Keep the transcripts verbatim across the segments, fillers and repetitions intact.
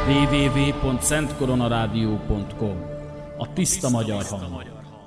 double-u double-u double-u pont szent korona rádió pont com. A tiszta magyar hang.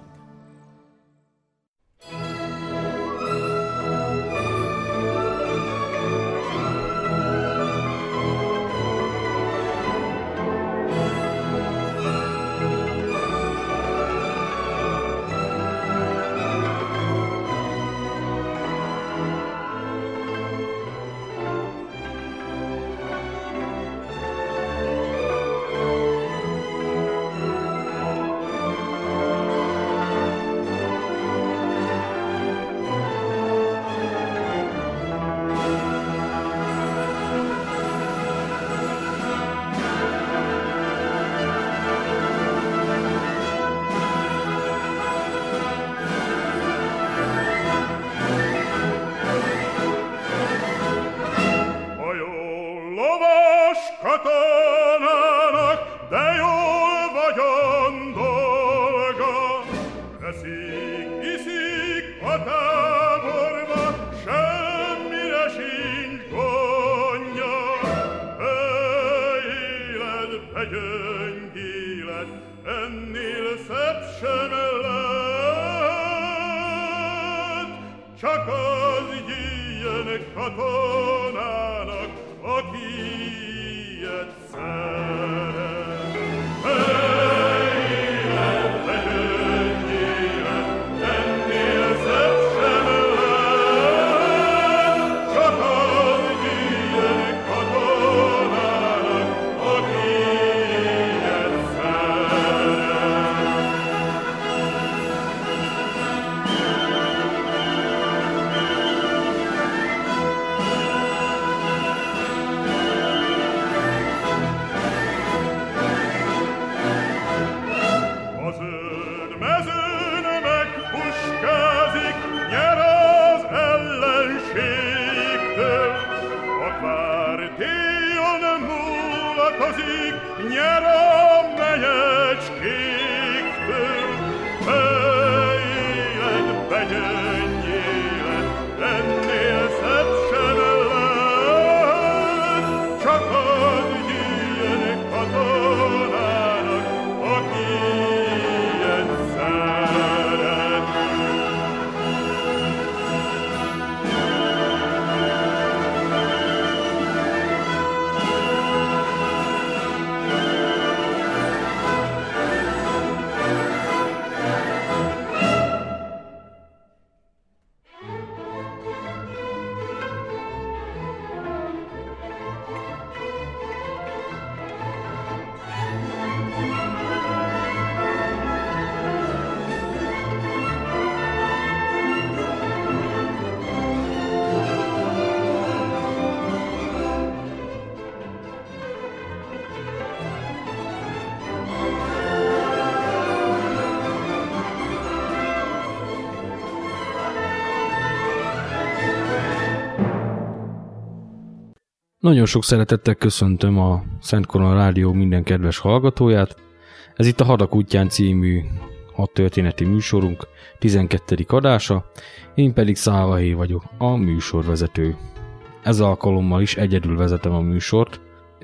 Nagyon sok szeretettel köszöntöm a Szent Korona Rádió minden kedves hallgatóját. Ez itt a Hadak útján című hadtörténeti műsorunk tizenkettedik adása, én pedig Szálvahely vagyok, a műsorvezető. Ez alkalommal is egyedül vezetem a műsort,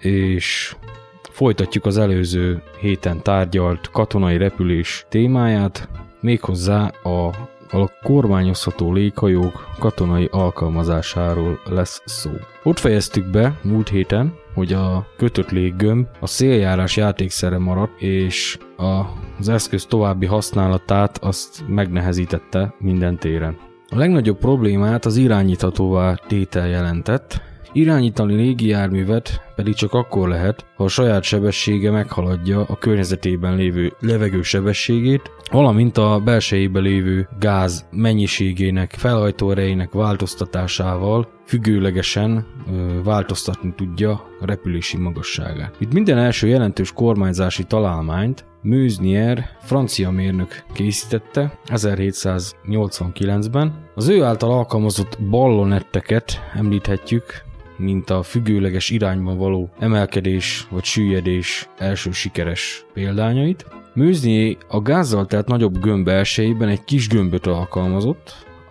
és folytatjuk az előző héten tárgyalt katonai repülés témáját, méghozzá a a kormányozható léghajók katonai alkalmazásáról lesz szó. Ott fejeztük be múlt héten, hogy a kötött léggömb a széljárás játékszere maradt, és az eszköz további használatát azt megnehezítette minden téren. A legnagyobb problémát az irányíthatóvá tétel jelentett, irányítani légijárművet pedig csak akkor lehet, ha a saját sebessége meghaladja a környezetében lévő levegő sebességét, valamint a belsejében lévő gáz mennyiségének, felhajtó erejének változtatásával függőlegesen ö, változtatni tudja a repülési magasságát. Itt minden első jelentős kormányzási találmányt Meusnier francia mérnök készítette ezerhétszáznyolcvankilencben. Az ő által alkalmazott ballonetteket említhetjük, mint a függőleges irányban való emelkedés vagy süllyedés első sikeres példányait. Meusnier a gázzal telt nagyobb gömb elsejében egy kis gömböt alkalmazott,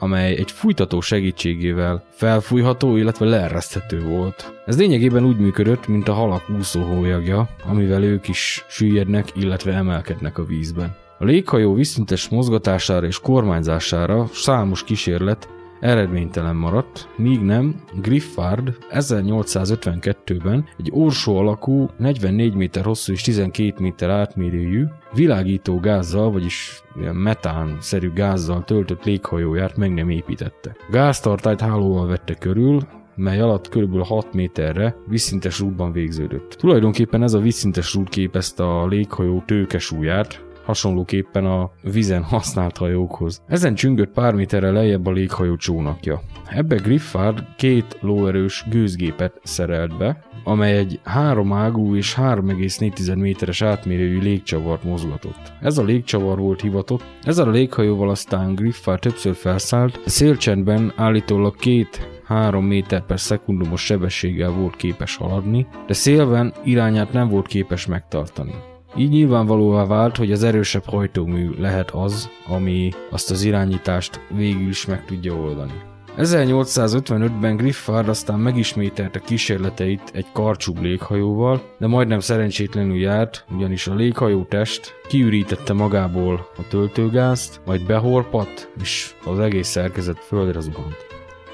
amely egy fújtató segítségével felfújható, illetve leereszthető volt. Ez lényegében úgy működött, mint a halak úszóhólyagja, amivel ők is süllyednek, illetve emelkednek a vízben. A léghajó vízszintes mozgatására és kormányzására számos kísérlet eredménytelen maradt, míg nem Giffard ezernyolcszázötvenkettőben egy orsó alakú, negyvennégy méter hosszú és tizenkét méter átmérőjű, világító gázzal, vagyis ilyen metán-szerű gázzal töltött léghajóját meg nem építette. Gáztartályt hálóval vette körül, mely alatt kb. hat méterre vízszintes rúdban végződött. Tulajdonképpen ez a vízszintes rúd képezte a léghajó tőkesúlyát, hasonlóképpen a vízen használt hajókhoz. Ezen csüngött pár méterre lejjebb a léghajó csónakja. Ebbe Giffard két lóerős gőzgépet szerelt be, amely egy háromágú és három egész négy méteres átmérőjű légcsavart mozgatott. Ez a légcsavar volt hivatott. Ezzel a léghajóval aztán Giffard többször felszállt, a szélcsendben állítólag két három méter per szekundumos sebességgel volt képes haladni, de szélben irányát nem volt képes megtartani. Így nyilvánvalóvá vált, hogy az erősebb hajtómű lehet az, ami azt az irányítást végül is meg tudja oldani. ezernyolcszázötvenötben Giffard aztán megismételte kísérleteit egy karcsúbb léghajóval, de majdnem szerencsétlenül járt, ugyanis a léghajó test kiürítette magából a töltőgázt, majd behorpadt, és az egész szerkezet földre zuhant.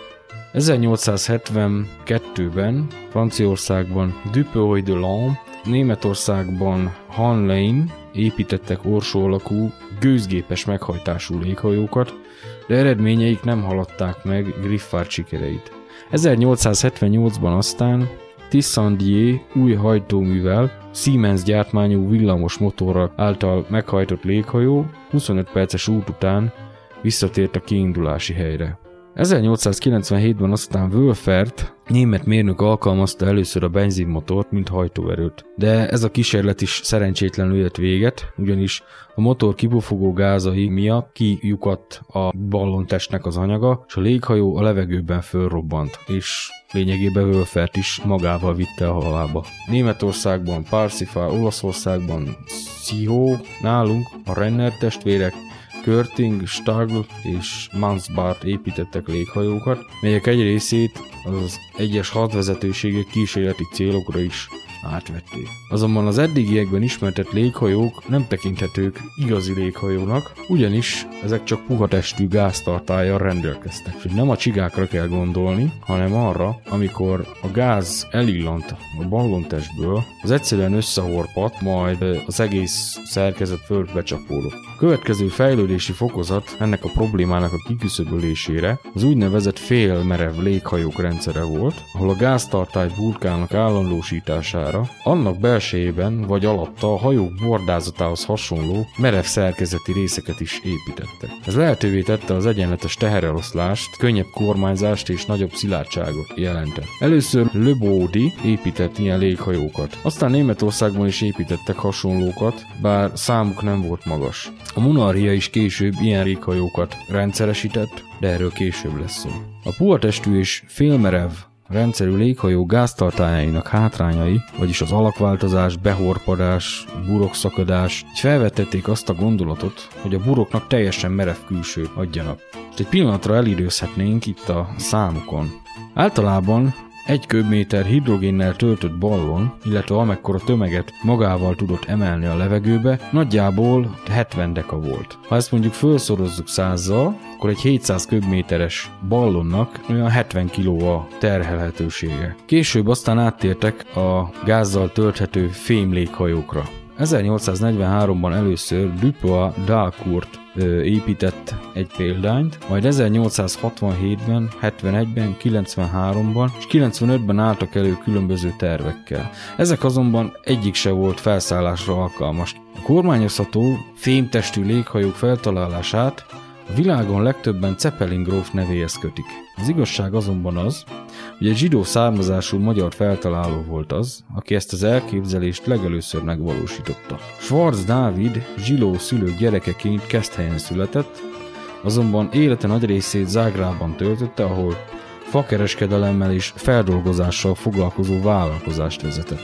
ezernyolcszázhetvenkettőben Franciaországban Dupuy de Lambre, Németországban Hanlein építettek orsó alakú, gőzgépes meghajtású léghajókat, de eredményeik nem haladták meg Giffard sikereit. ezernyolcszázhetvennyolcban aztán Tissandier új hajtóművel, Siemens gyártmányú villamos motorral által meghajtott léghajó huszonöt perces út után visszatért a kiindulási helyre. ezernyolcszázkilencvenhétben aztán Wölfert, német mérnök alkalmazta először a benzinmotort, mint hajtóerőt. De ez a kísérlet is szerencsétlenül ért véget, ugyanis a motor kipufogó gázai miatt kijukadt a ballontestnek az anyaga, és a léghajó a levegőben fölrobbant, és lényegében Wölfert is magával vitte a halálba. Németországban Parsifal, Olaszországban Sziho, nálunk a Renner testvérek Körting, Stagl és Mansbart építettek léghajókat, melyek egy részét az egyes hadvezetőségek kísérleti célokra is átvették. Azonban az eddigiekben ismertett léghajók nem tekinthetők igazi léghajónak, ugyanis ezek csak puha testű gáztartállyal rendelkeztek. És nem a csigákra kell gondolni, hanem arra, amikor a gáz elillant a ballontestből, az egyszerűen összehorpadt, majd az egész szerkezet földbe csapódott. A következő fejlődési fokozat ennek a problémának a kiküszöbölésére az úgynevezett félmerev léghajók rendszere volt, ahol a gáztartály burkálnak állandósítására annak belsejében vagy alatta a hajók bordázatához hasonló merev szerkezeti részeket is építettek. Ez lehetővé tette az egyenletes tehereloszlást, könnyebb kormányzást és nagyobb szilárdságot jelentett. Először Le Baudy épített ilyen léghajókat, aztán Németországban is építettek hasonlókat, bár számuk nem volt magas. A Monarchia is később ilyen léghajókat rendszeresített, de erről később lesz szó. A puha testű és félmerev rendszerű léghajó gáztartályainak hátrányai, vagyis az alakváltozás, behorpadás, burokszakadás, így felvetették azt a gondolatot, hogy a buroknak teljesen merev külsőt adjanak. Most egy pillanatra elidőzhetnénk itt a számukon. Általában egy köbméter hidrogénnel töltött ballon, illetve amekkora tömeget magával tudott emelni a levegőbe, nagyjából hetven deka volt. Ha ezt mondjuk felszorozzuk százzal, akkor egy hétszáz köbméteres ballonnak olyan hetven kiló a terhelhetősége. Később aztán áttértek a gázzal tölthető fémléghajókra. ezernyolcszáznegyvenháromban először Dupuy d'Harcourt épített egy példányt, majd ezernyolcszázhatvanhétben, hetvenegyben, kilencvenháromban és kilencvenötben álltak elő különböző tervekkel. Ezek azonban egyik se volt felszállásra alkalmas. A kormányozható, fémtestű léghajók feltalálását a világon legtöbben Zeppelin gróf nevéhez kötik. Az igazság azonban az, hogy egy zsidó származású magyar feltaláló volt az, aki ezt az elképzelést legelőször megvalósította. Schwarz Dávid zsidó szülők gyerekeként Keszthelyen született, azonban élete nagy részét Zágrában töltötte, ahol fakereskedelemmel és feldolgozással foglalkozó vállalkozást vezetett.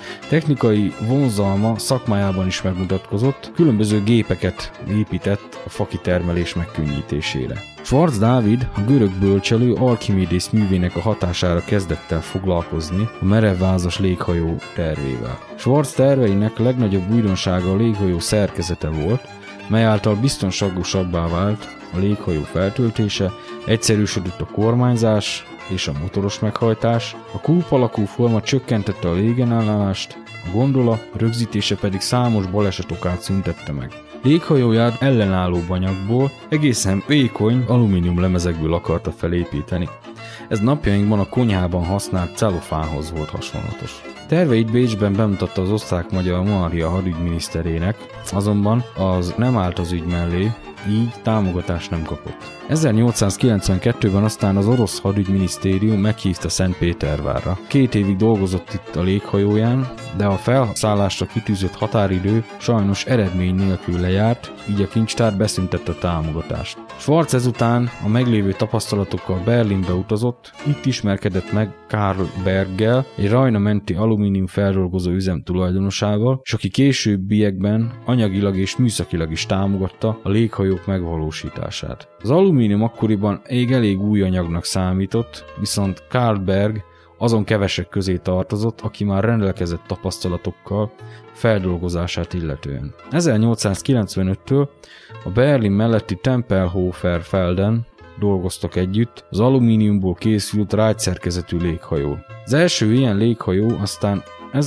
Technikai vonzalma szakmájában is megmutatkozott, különböző gépeket épített a fakitermelés megkönnyítésére. Schwarz Dávid, a görög bölcselő Archimédész művének a hatására kezdett el foglalkozni a merevvázas léghajó tervével. Schwarz terveinek legnagyobb újdonsága a léghajó szerkezete volt, mely által biztonságosabbá vált a léghajó feltöltése, egyszerűsödött a kormányzás és a motoros meghajtás, a kúp alakú forma csökkentette a légellenállást, a gondola rögzítése pedig számos baleset okát szüntette meg. Léghajóját ellenálló anyagból, egészen vékony alumínium lemezekből akarta felépíteni. Ez napjainkban a konyhában használt celofánhoz volt hasonlatos. Terveit Bécsben bemutatta az osztrák-magyar monarchia hadügyminiszterének, azonban az nem állt az ügy mellé, így támogatást nem kapott. ezernyolcszázkilencvenkettőben aztán az orosz hadügyminisztérium meghívta Szentpétervárra. Két évig dolgozott itt a léghajóján, de a felszállásra kitűzött határidő sajnos eredmény nélkül lejárt, így a kincstár beszüntette a támogatást. Schwarz ezután a meglévő tapasztalatokkal Berlinbe utazott, itt ismerkedett meg Karl Berggel, egy Rajna menti alumínium feldolgozó üzem tulajdonosával, és aki későbbiekben anyagilag és műszakilag is támogatta a léghajók megvalósítását. Az alumínium akkoriban még elég új anyagnak számított, viszont Karl Berg azon kevesek közé tartozott, aki már rendelkezett tapasztalatokkal feldolgozását illetően. ezernyolcszázkilencvenöttől a Berlin melletti Tempelhofer Felden dolgoztak együtt az alumíniumból készült rágyszerkezetű léghajó. Az első ilyen léghajó aztán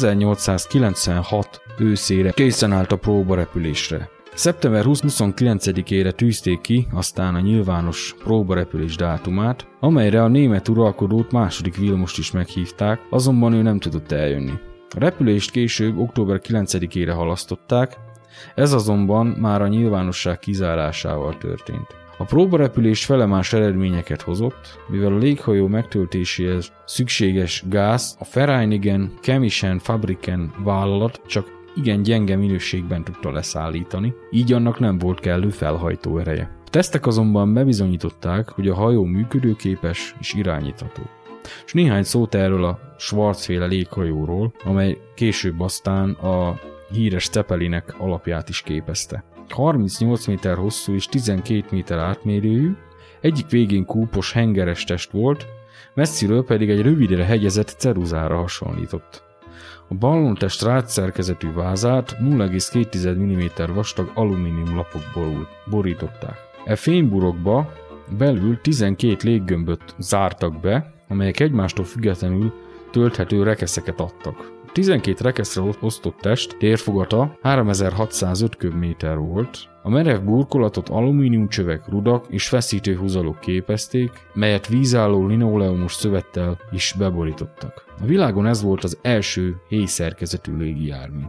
ezernyolcszázkilencvenhat őszére készen állt a próbarepülésre. szeptember huszonkilencedikére tűzték ki aztán a nyilvános próbarepülés dátumát, amelyre a német uralkodót második Vilmost is meghívták, azonban ő nem tudott eljönni. A repülést később október kilencedikére halasztották, ez azonban már a nyilvánosság kizárásával történt. A próbarepülés felemás eredményeket hozott, mivel a léghajó megtöltéséhez szükséges gáz a Vereinigen Chemischen Fabriken vállalat csak igen gyenge minőségben tudta leszállítani, így annak nem volt kellő felhajtó ereje. A tesztek azonban bebizonyították, hogy a hajó működőképes és irányítható. És néhány szót erről a Schwarz-féle léghajóról, amely később aztán a híres Zeppelinek alapját is képezte. harmincnyolc méter hosszú és tizenkét méter átmérőjű, egyik végén kúpos hengeres test volt, messziről pedig egy rövidre hegyezett ceruzára hasonlított. A ballontest rágyszerkezetű vázát nulla egész két milliméter vastag alumínium lapokból borították. E fényburokba belül tizenkét léggömböt zártak be, amelyek egymástól függetlenül tölthető rekeszeket adtak. A tizenkét rekeszre osztott test térfogata háromezer-hatszázöt köbméter volt, a merev burkolatot alumíniumcsövek, rudak és feszítő húzalok képezték, melyet vízálló linoleumos szövettel is beborítottak. A világon ez volt az első héjszerkezetű légijármű.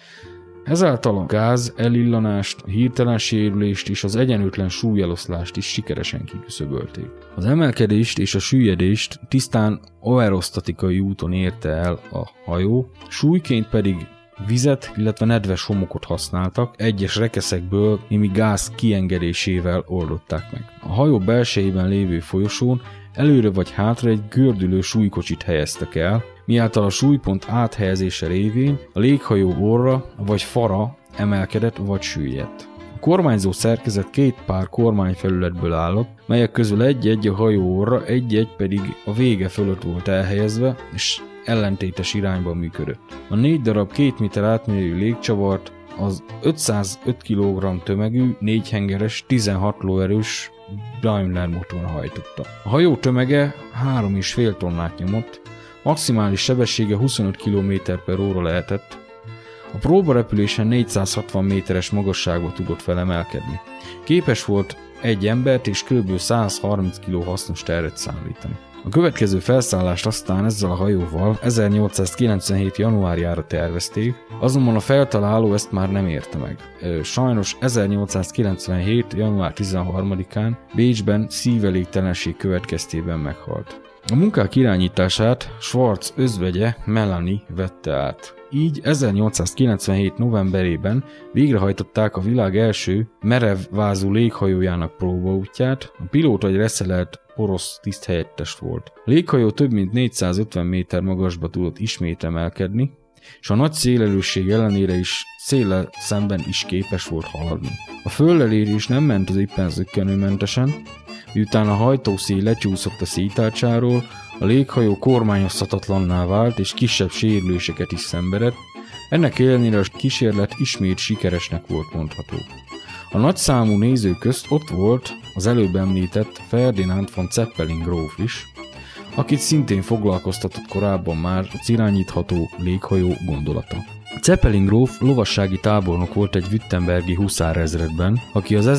Ezáltal a gáz elillanást, a hirtelen sérülést és az egyenlőtlen súlyeloszlást is sikeresen kiküszöbölték. Az emelkedést és a süllyedést tisztán aerostatikai úton érte el a hajó, súlyként pedig vizet, illetve nedves homokot használtak, egyes rekeszekből némi gáz kiengedésével oldották meg. A hajó belsejében lévő folyosón előre vagy hátra egy gördülő súlykocsit helyeztek el, miáltal a súlypont áthelyezése révén a léghajó orra vagy fara emelkedett vagy süllyedt. A kormányzó szerkezet két pár kormányfelületből állott, melyek közül egy-egy a hajó orra, egy-egy pedig a vége fölött volt elhelyezve, és ellentétes irányba működött. A négy darab két méter átmérőjű légcsavart az ötszázöt kilogramm tömegű, négy hengeres, tizenhat lóerős Daimler motor hajtotta. A hajó tömege három egész öt tonnát nyomott, maximális sebessége huszonöt kilométer per óra lehetett. A próbarepülésen négyszázhatvan méteres magasságba tudott felemelkedni. Képes volt egy embert és kb. százharminc kiló hasznos teret szállítani. A következő felszállást aztán ezzel a hajóval ezernyolcszázkilencvenhét januárjára tervezték, azonban a feltaláló ezt már nem érte meg. Sajnos ezernyolcszázkilencvenhét január tizenharmadikán Bécsben szívelégtelenség következtében meghalt. A munkák irányítását Schwarz özvegye Melanie vette át. Így ezernyolcszázkilencvenhét novemberében végrehajtották a világ első merevvázú léghajójának próbaútját, a pilóta egy reszelelt porosz tiszthelyettest volt. A léghajó több mint négyszázötven méter magasba tudott ismét emelkedni, és a nagy szélerősség ellenére is széllel szemben is képes volt haladni. A földelérés nem ment az éppen zökkenőmentesen, miután a hajtószél lecsúszott a szétárcsáról, a léghajó kormányozhatatlanná vált és kisebb sérüléseket is szenvedett, ennek ellenére a kísérlet ismét sikeresnek volt mondható. A nagyszámú néző közt ott volt az előbb említett Ferdinand von Zeppelin gróf is, akit szintén foglalkoztatott korábban már az irányítható léghajó gondolata. Zeppelin gróf lovassági tábornok volt egy württembergi huszárezredben, aki az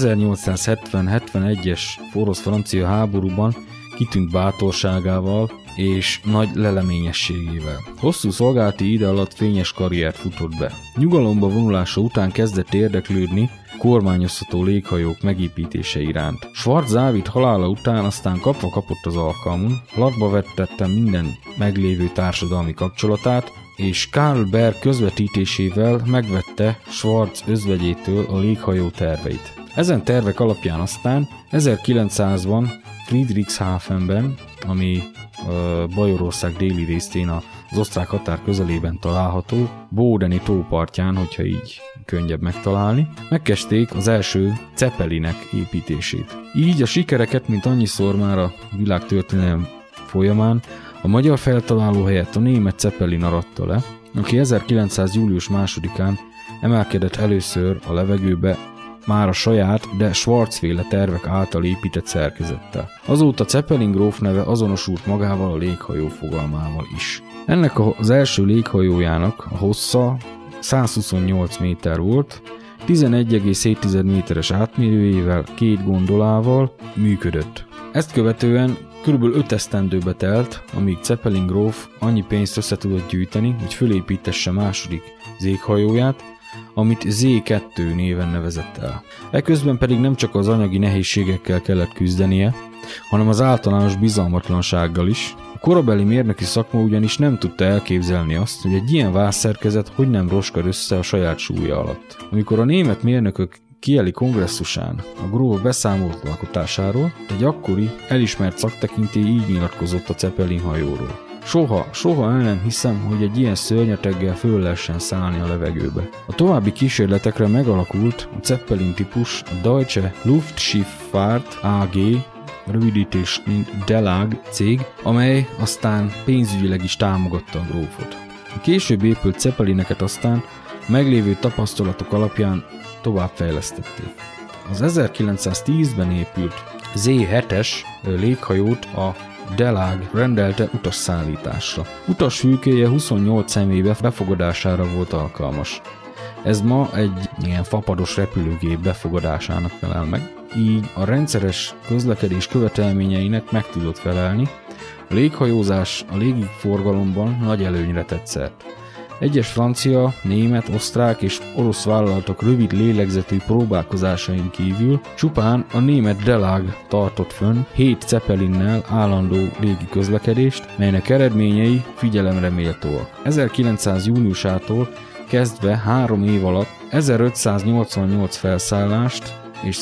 ezernyolcszázhetven-hetvenegyes orosz-francia háborúban kitűnt bátorságával és nagy leleményességével. Hosszú szolgálati ide alatt fényes karriert futott be. Nyugalomba vonulása után kezdett érdeklődni kormányozható léghajók megépítése iránt. Schwarz Dávid halála után aztán kapva kapott az alkalmon, latba vettette minden meglévő társadalmi kapcsolatát, és Karl Berg közvetítésével megvette Schwarz özvegyétől a léghajó terveit. Ezen tervek alapján aztán ezerkilencszázban Friedrichshafenben, ami uh, Bajorország déli részén az osztrák határ közelében található, Bodeni tópartján, hogyha így könnyebb megtalálni, megkezdték az első Zeppelinek építését. Így a sikereket, mint annyiszor már a világtörténelem folyamán, a magyar feltaláló helyett a német Zeppelin aratta le, aki ezerkilencszáz július másodikán emelkedett először a levegőbe már a saját, de Schwarz-féle tervek által épített szerkezettel. Azóta Zeppelin gróf neve azonosult magával a léghajó fogalmával is. Ennek az első léghajójának a hossza százhuszonnyolc méter volt, tizenegy egész hét méteres átmérőjével, két gondolával működött. Ezt követően körülbelül öt esztendőbe telt, amíg Zeppelin gróf annyi pénzt össze tudott gyűjteni, hogy fölépítesse második léghajóját, amit zé kettő néven nevezett el. Eközben pedig nem csak az anyagi nehézségekkel kellett küzdenie, hanem az általános bizalmatlansággal is. A korabeli mérnöki szakma ugyanis nem tudta elképzelni azt, hogy egy ilyen vászszerkezet hogy nem roskad össze a saját súlya alatt. Amikor a német mérnökök Kieli kongresszusán a gróf beszámolt alkotásáról, egy akkori elismert szaktekintély így nyilatkozott a Zeppelin hajóról. Soha, soha el nem hiszem, hogy egy ilyen szörnyeteggel föl lehessen szállni a levegőbe. A további kísérletekre megalakult a Zeppelin típus a Deutsche Luftschifffahrt á gé, rövidítés D E L A G cég, amely aztán pénzügyileg is támogatta a grófot. A később épült Zeppelineket aztán meglévő tapasztalatok alapján továbbfejlesztették. Az ezerkilencszáztízben épült zé hetes léghajót a D E L A G rendelte utasszállításra. Utasfülkéje huszonnyolc személy befogadására volt alkalmas. Ez ma egy ilyen fapados repülőgép befogadásának felel meg, így a rendszeres közlekedés követelményeinek meg tudott felelni. A léghajózás a légiforgalomban nagy előnyre tett szert. Egyes francia, német, osztrák és orosz vállalatok rövid lélegzetű próbálkozásain kívül csupán a német D E L A G tartott fönn hét Zeppelinnel állandó légi közlekedést, melynek eredményei figyelemre méltóak. ezerkilencszáz júniusától kezdve három év alatt ezerötszáznyolcvannyolc felszállást és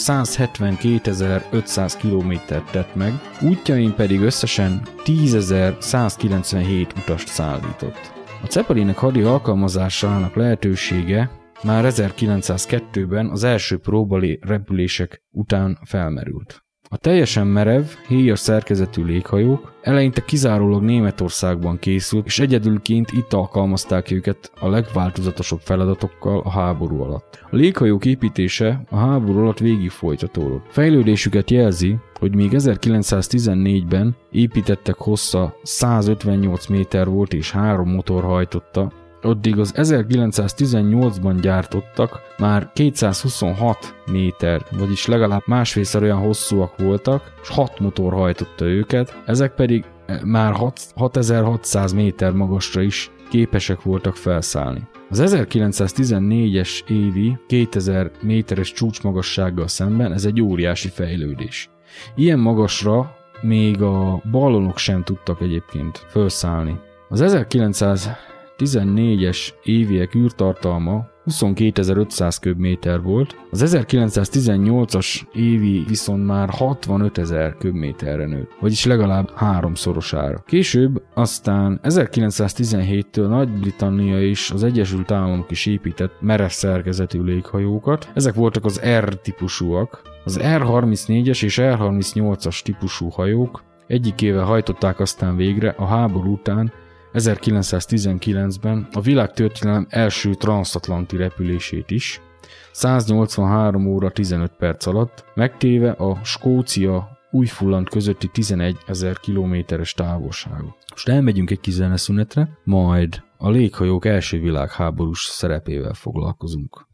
százhetvenkétezer-ötszáz kilométert tett meg, útjain pedig összesen tízezer-százkilencvenhét utast szállított. A Zeppelinek hadi alkalmazásának lehetősége már ezerkilencszázkettőben az első próbali repülések után felmerült. A teljesen merev, héjas szerkezetű léghajók eleinte kizárólag Németországban készült, és egyedülként itt alkalmazták őket a legváltozatosabb feladatokkal a háború alatt. A léghajók építése a háború alatt végig folytatódott. Fejlődésüket jelzi, hogy még ezerkilencszáztizennégyben építettek hossza százötvennyolc méter volt és három motor hajtotta, addig az ezerkilencszáztizennyolcban gyártottak már kétszázhuszonhat méter, vagyis legalább másfélszer olyan hosszúak voltak, és hat motor hajtotta őket, ezek pedig már hatezer-hatszáz méter magasra is képesek voltak felszállni. Az ezerkilencszáztizennégyes évi kétezer méteres csúcsmagassággal szemben ez egy óriási fejlődés. Ilyen magasra még a ballonok sem tudtak egyébként felszállni. Az ezerkilencszáztizennégyes éviek űrtartalma huszonkétezer-ötszáz köbméter volt, az ezerkilencszáztizennyolcas évi viszont már hatvanötezer köbméterre nőtt, vagyis legalább háromszorosára. Később aztán ezerkilencszáztizenhéttől Nagy-Britannia és az Egyesült Államok is épített merev szerkezetű léghajókat. Ezek voltak az R-típusúak. Az er harmincnégyes és er harmincnyolcas típusú hajók egyikével hajtották aztán végre a háború után ezerkilencszáztizenkilencben a világtörténelem első transatlanti repülését is, száznyolcvanhárom óra tizenöt perc alatt, megtéve a Skócia Új-Fulland közötti tizenegyezer kilométeres távolságot. Most elmegyünk egy kis zeneszünetre, majd a léghajók első világháborús szerepével foglalkozunk.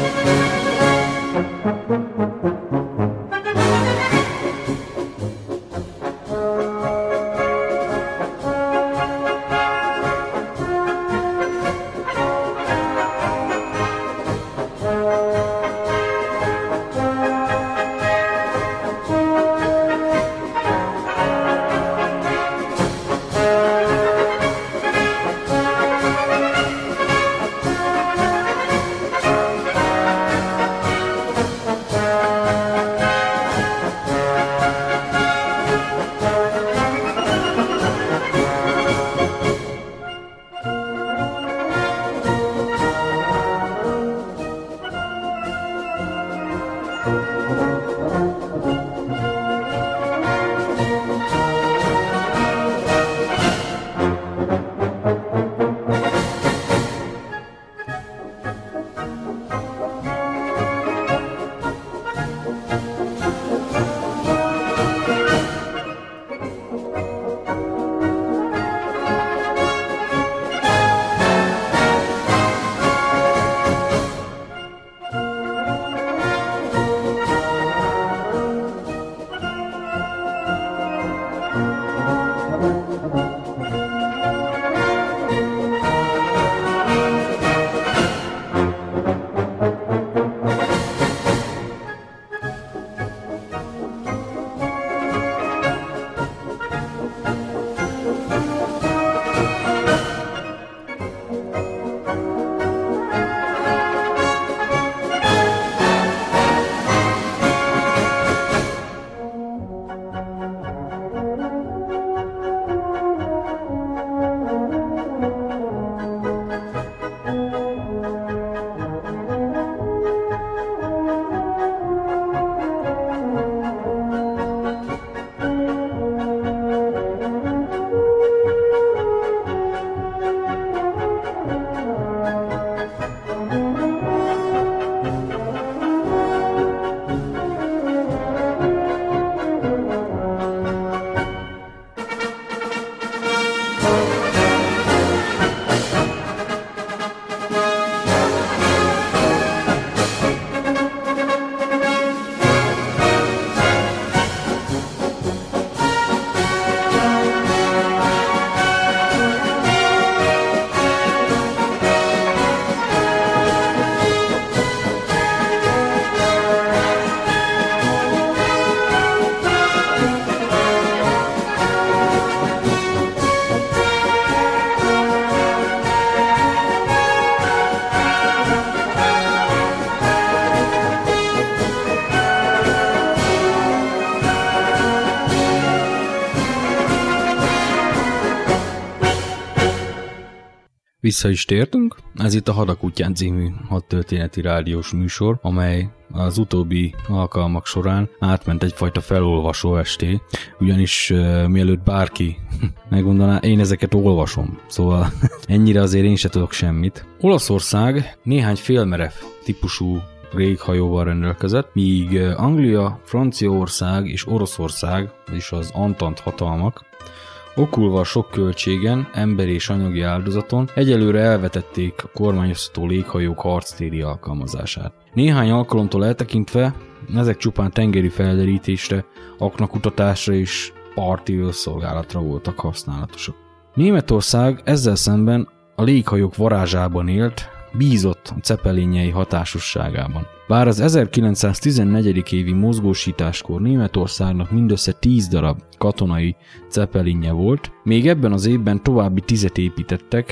Vissza is tértünk, ez itt a Hadak útján című hadtörténeti rádiós műsor, amely az utóbbi alkalmak során átment egyfajta felolvasó esté, ugyanis uh, mielőtt bárki megmondaná, én ezeket olvasom, szóval ennyire azért én se tudok semmit. Olaszország néhány félmerev típusú léghajóval rendelkezett, míg Anglia, Franciaország és Oroszország, vagyis az Antant hatalmak, okulva sok költségen, emberi és anyagi áldozaton egyelőre elvetették a kormányozható léghajók harctéri alkalmazását. Néhány alkalomtól eltekintve ezek csupán tengeri felderítésre, aknakutatásra és parti őrszolgálatra voltak használatosak. Németország ezzel szemben a léghajók varázsában élt, bízott a ceppelinjei hatásosságában. Bár az ezerkilencszáztizennégy. évi mozgósításkor Németországnak mindössze tíz darab katonai ceppelinje volt, még ebben az évben további tízet építettek,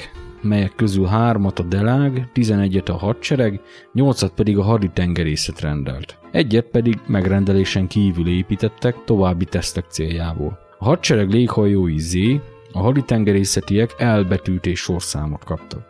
melyek közül hármat a delág, tizenegyet a hadsereg, nyolcat pedig a haditengerészet rendelt. Egyet pedig megrendelésen kívül építettek további tesztek céljából. A hadsereg léghajói Z, a haditengerészetiek elbetűt és sorszámot kaptak.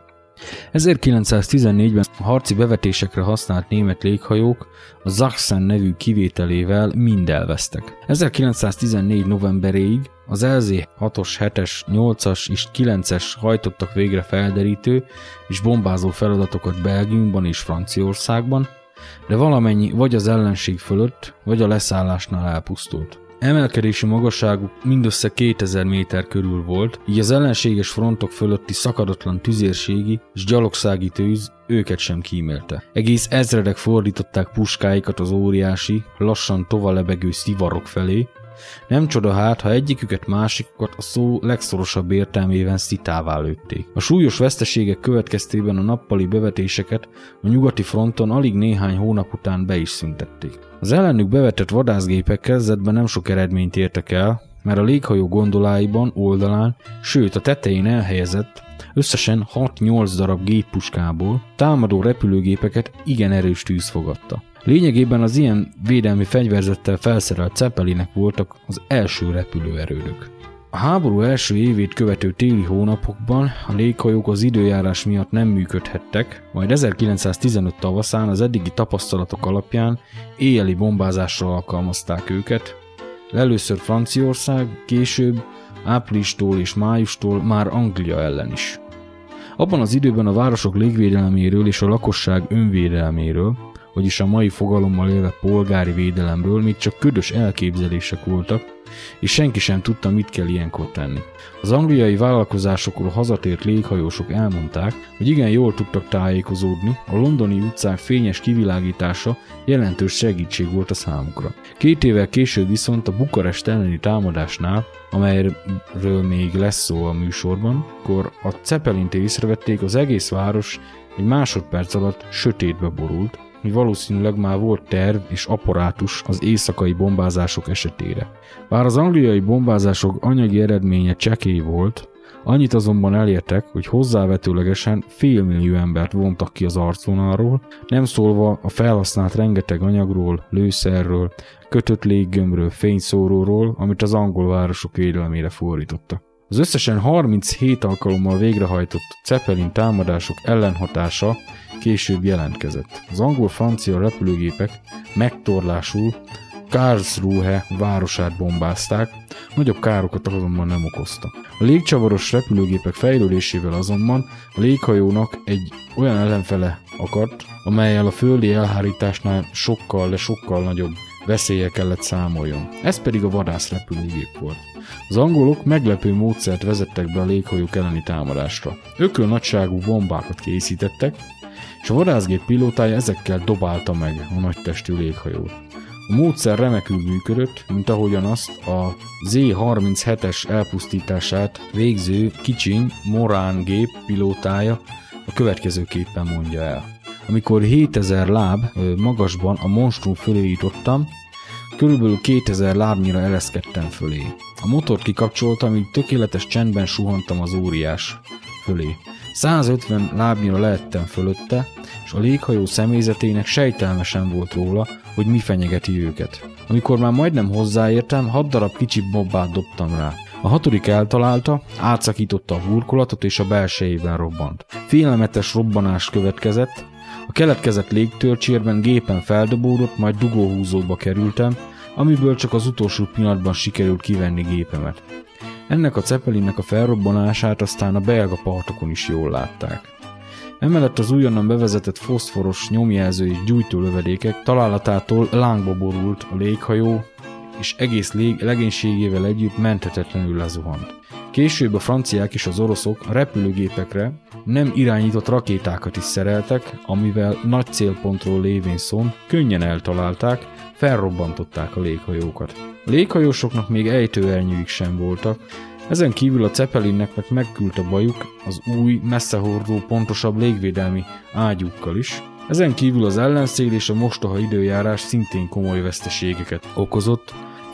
ezerkilencszáztizennégyben a harci bevetésekre használt német léghajók a Sachsen nevű kivételével mind elvesztek. ezerkilencszáztizennégy novemberéig az el zé hatos, hetes, nyolcas és kilences hajtottak végre felderítő és bombázó feladatokat Belgiumban és Franciaországban, de valamennyi vagy az ellenség fölött, vagy a leszállásnál elpusztult. Emelkedési magasságuk mindössze kétezer méter körül volt, így az ellenséges frontok fölötti szakadatlan tüzérségi és gyalogsági tűz őket sem kímélte. Egész ezredek fordították puskáikat az óriási, lassan tovalebegő szivarok felé. Nem csoda hát, ha egyiküket másikukat a szó legszorosabb értelmében szitává lőtték. A súlyos veszteségek következtében a nappali bevetéseket a nyugati fronton alig néhány hónap után be is szüntették. Az ellenük bevetett vadászgépek kezdetben nem sok eredményt értek el, mert a léghajó gondoláiban, oldalán, sőt a tetején elhelyezett összesen hat-nyolc darab géppuskából támadó repülőgépeket igen erős tűz fogadta. Lényegében az ilyen védelmi fegyverzettel felszerelt Zeppelinek voltak az első repülőerődök. A háború első évét követő téli hónapokban a léghajók az időjárás miatt nem működhettek, majd ezerkilencszáztizenöt tavaszán az eddigi tapasztalatok alapján éjjeli bombázásra alkalmazták őket, először Franciaország, később áprilistól és májustól már Anglia ellen is. Abban az időben a városok légvédelméről és a lakosság önvédelméről, vagyis a mai fogalommal élve polgári védelemről még csak ködös elképzelések voltak, és senki sem tudta, mit kell ilyenkor tenni. Az angliai vállalkozásokról hazatért léghajósok elmondták, hogy igen jól tudtak tájékozódni, a londoni utcák fényes kivilágítása jelentős segítség volt a számukra. Két évvel később viszont a Bukarest elleni támadásnál, amelyről még lesz szó a műsorban, akkor a Zeppelint észrevették, az egész város egy másodperc alatt sötétbe borult, hogy valószínűleg már volt terv és apparátus az éjszakai bombázások esetére. Bár az angliai bombázások anyagi eredménye csekély volt, annyit azonban elértek, hogy hozzávetőlegesen félmillió embert vontak ki az arcvonalról, nem szólva a felhasznált rengeteg anyagról, lőszerről, kötött léggömbről, fényszóróról, amit az angol városok védelmére fordítottak. Az összesen harminchét alkalommal végrehajtott Zeppelin támadások ellenhatása később jelentkezett. Az angol-francia repülőgépek megtorlásul Karlsruhe városát bombázták, nagyobb károkat azonban nem okoztak. A légcsavaros repülőgépek fejlődésével azonban a léghajónak egy olyan ellenfele akadt, amellyel a földi elhárításnál sokkal, de sokkal nagyobb veszélye kellett számoljon. Ez pedig a vadászrepülőgép volt. Az angolok meglepő módszert vezettek be a léghajók elleni támadásra. Ököl nagyságú bombákat készítettek, és a vadászgép pilótája ezekkel dobálta meg a nagytestű léghajót. A módszer remekül működött, mint ahogyan azt a zé harminchetes elpusztítását végző kicsiny Morán gép pilótája a következőképpen mondja el. Amikor hétezer láb magasban a monstrum fölé jutottam, körülbelül kétezer lábnyira ereszkedtem fölé. A motort kikapcsoltam, így tökéletes csendben suhantam az óriás fölé. százötven lábnyira lehettem fölötte, és a léghajó személyzetének sejtelme sem volt róla, hogy mi fenyegeti őket. Amikor már majdnem hozzáértem, hat darab kicsi bombát dobtam rá. A hatodik eltalálta, átszakította a burkolatot és a belsejében robbant. Félelmetes robbanás következett, a keletkezett légtörcsérben gépen feldobódott, majd dugóhúzódba kerültem, amiből csak az utolsó pillanatban sikerült kivenni gépemet. Ennek a Zeppelinnek a felrobbanását aztán a belga partokon is jól látták. Emellett az újonnan bevezetett foszforos nyomjelző és gyújtólövedékek találatától lángba borult a léghajó, és egész lég legénységével együtt menthetetlenül lezuhant. Később a franciák és az oroszok a repülőgépekre nem irányított rakétákat is szereltek, amivel nagy célpontról lévén szón könnyen eltalálták, felrobbantották a léghajókat. A léghajósoknak még ejtőernyőik sem voltak, ezen kívül a Zeppelinnek meg megküldte bajuk az új, messzehordó, pontosabb légvédelmi ágyúkkal is. Ezen kívül az ellenszél és a mostoha időjárás szintén komoly veszteségeket okozott,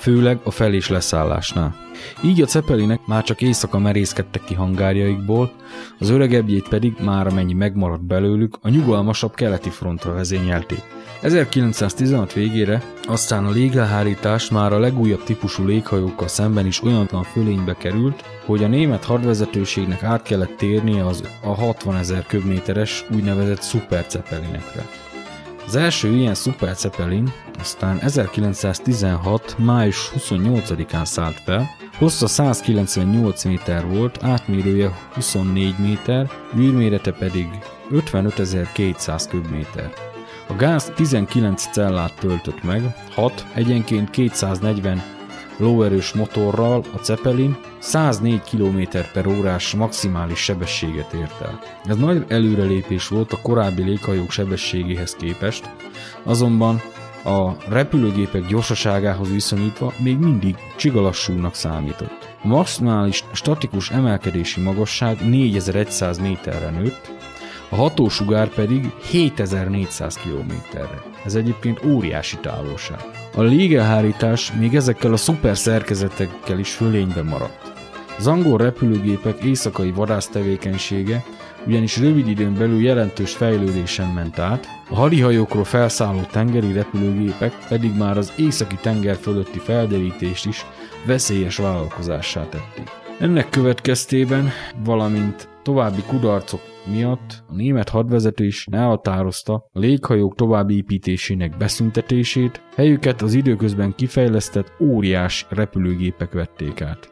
főleg a fel- és leszállásnál. Így a Zeppelinek már csak éjszaka merészkedtek ki hangárjaikból, az öregebbjét pedig már amennyi megmaradt belőlük a nyugalmasabb keleti frontra vezényelték. ezerkilencszáztizenhat végére aztán a légelhárítás már a legújabb típusú léghajókkal szemben is olyanatlan fölénybe került, hogy a német hadvezetőségnek át kellett térnie az a hatvanezer köbméteres úgynevezett Super Zeppelinekre. Az első ilyen Super Zeppelin aztán ezerkilencszáztizenhat május huszonnyolcadikán szállt fel, hossza százkilencvennyolc méter volt, átmérője huszonnégy méter, űrmérete pedig ötvenötezer-kétszáz köbméter. A gáz tizenkilenc cellát töltött meg, hat egyenként kétszáznegyven lóerős motorral a Zeppelin száznégy kilométer per órás maximális sebességet ért el. Ez nagy előrelépés volt a korábbi léghajók sebességéhez képest, azonban a repülőgépek gyorsaságához viszonyítva még mindig csigalassúnak számított. A maximális statikus emelkedési magasság négyezer-száz méterre nőtt, a hatósugár pedig hétezer-négyszáz kilométerre. Ez egyébként óriási távolság. A légelhárítás még ezekkel a szuper szerkezetekkel is fölényben maradt. Az angol repülőgépek éjszakai vadásztevékenysége ugyanis rövid időn belül jelentős fejlődésen ment át, a hadihajókról felszálló tengeri repülőgépek pedig már az északi tenger fölötti felderítést is veszélyes vállalkozássá tették. Ennek következtében, valamint további kudarcok miatt a német hadvezető is elhatározta a léghajók további építésének beszüntetését, helyüket az időközben kifejlesztett óriás repülőgépek vették át.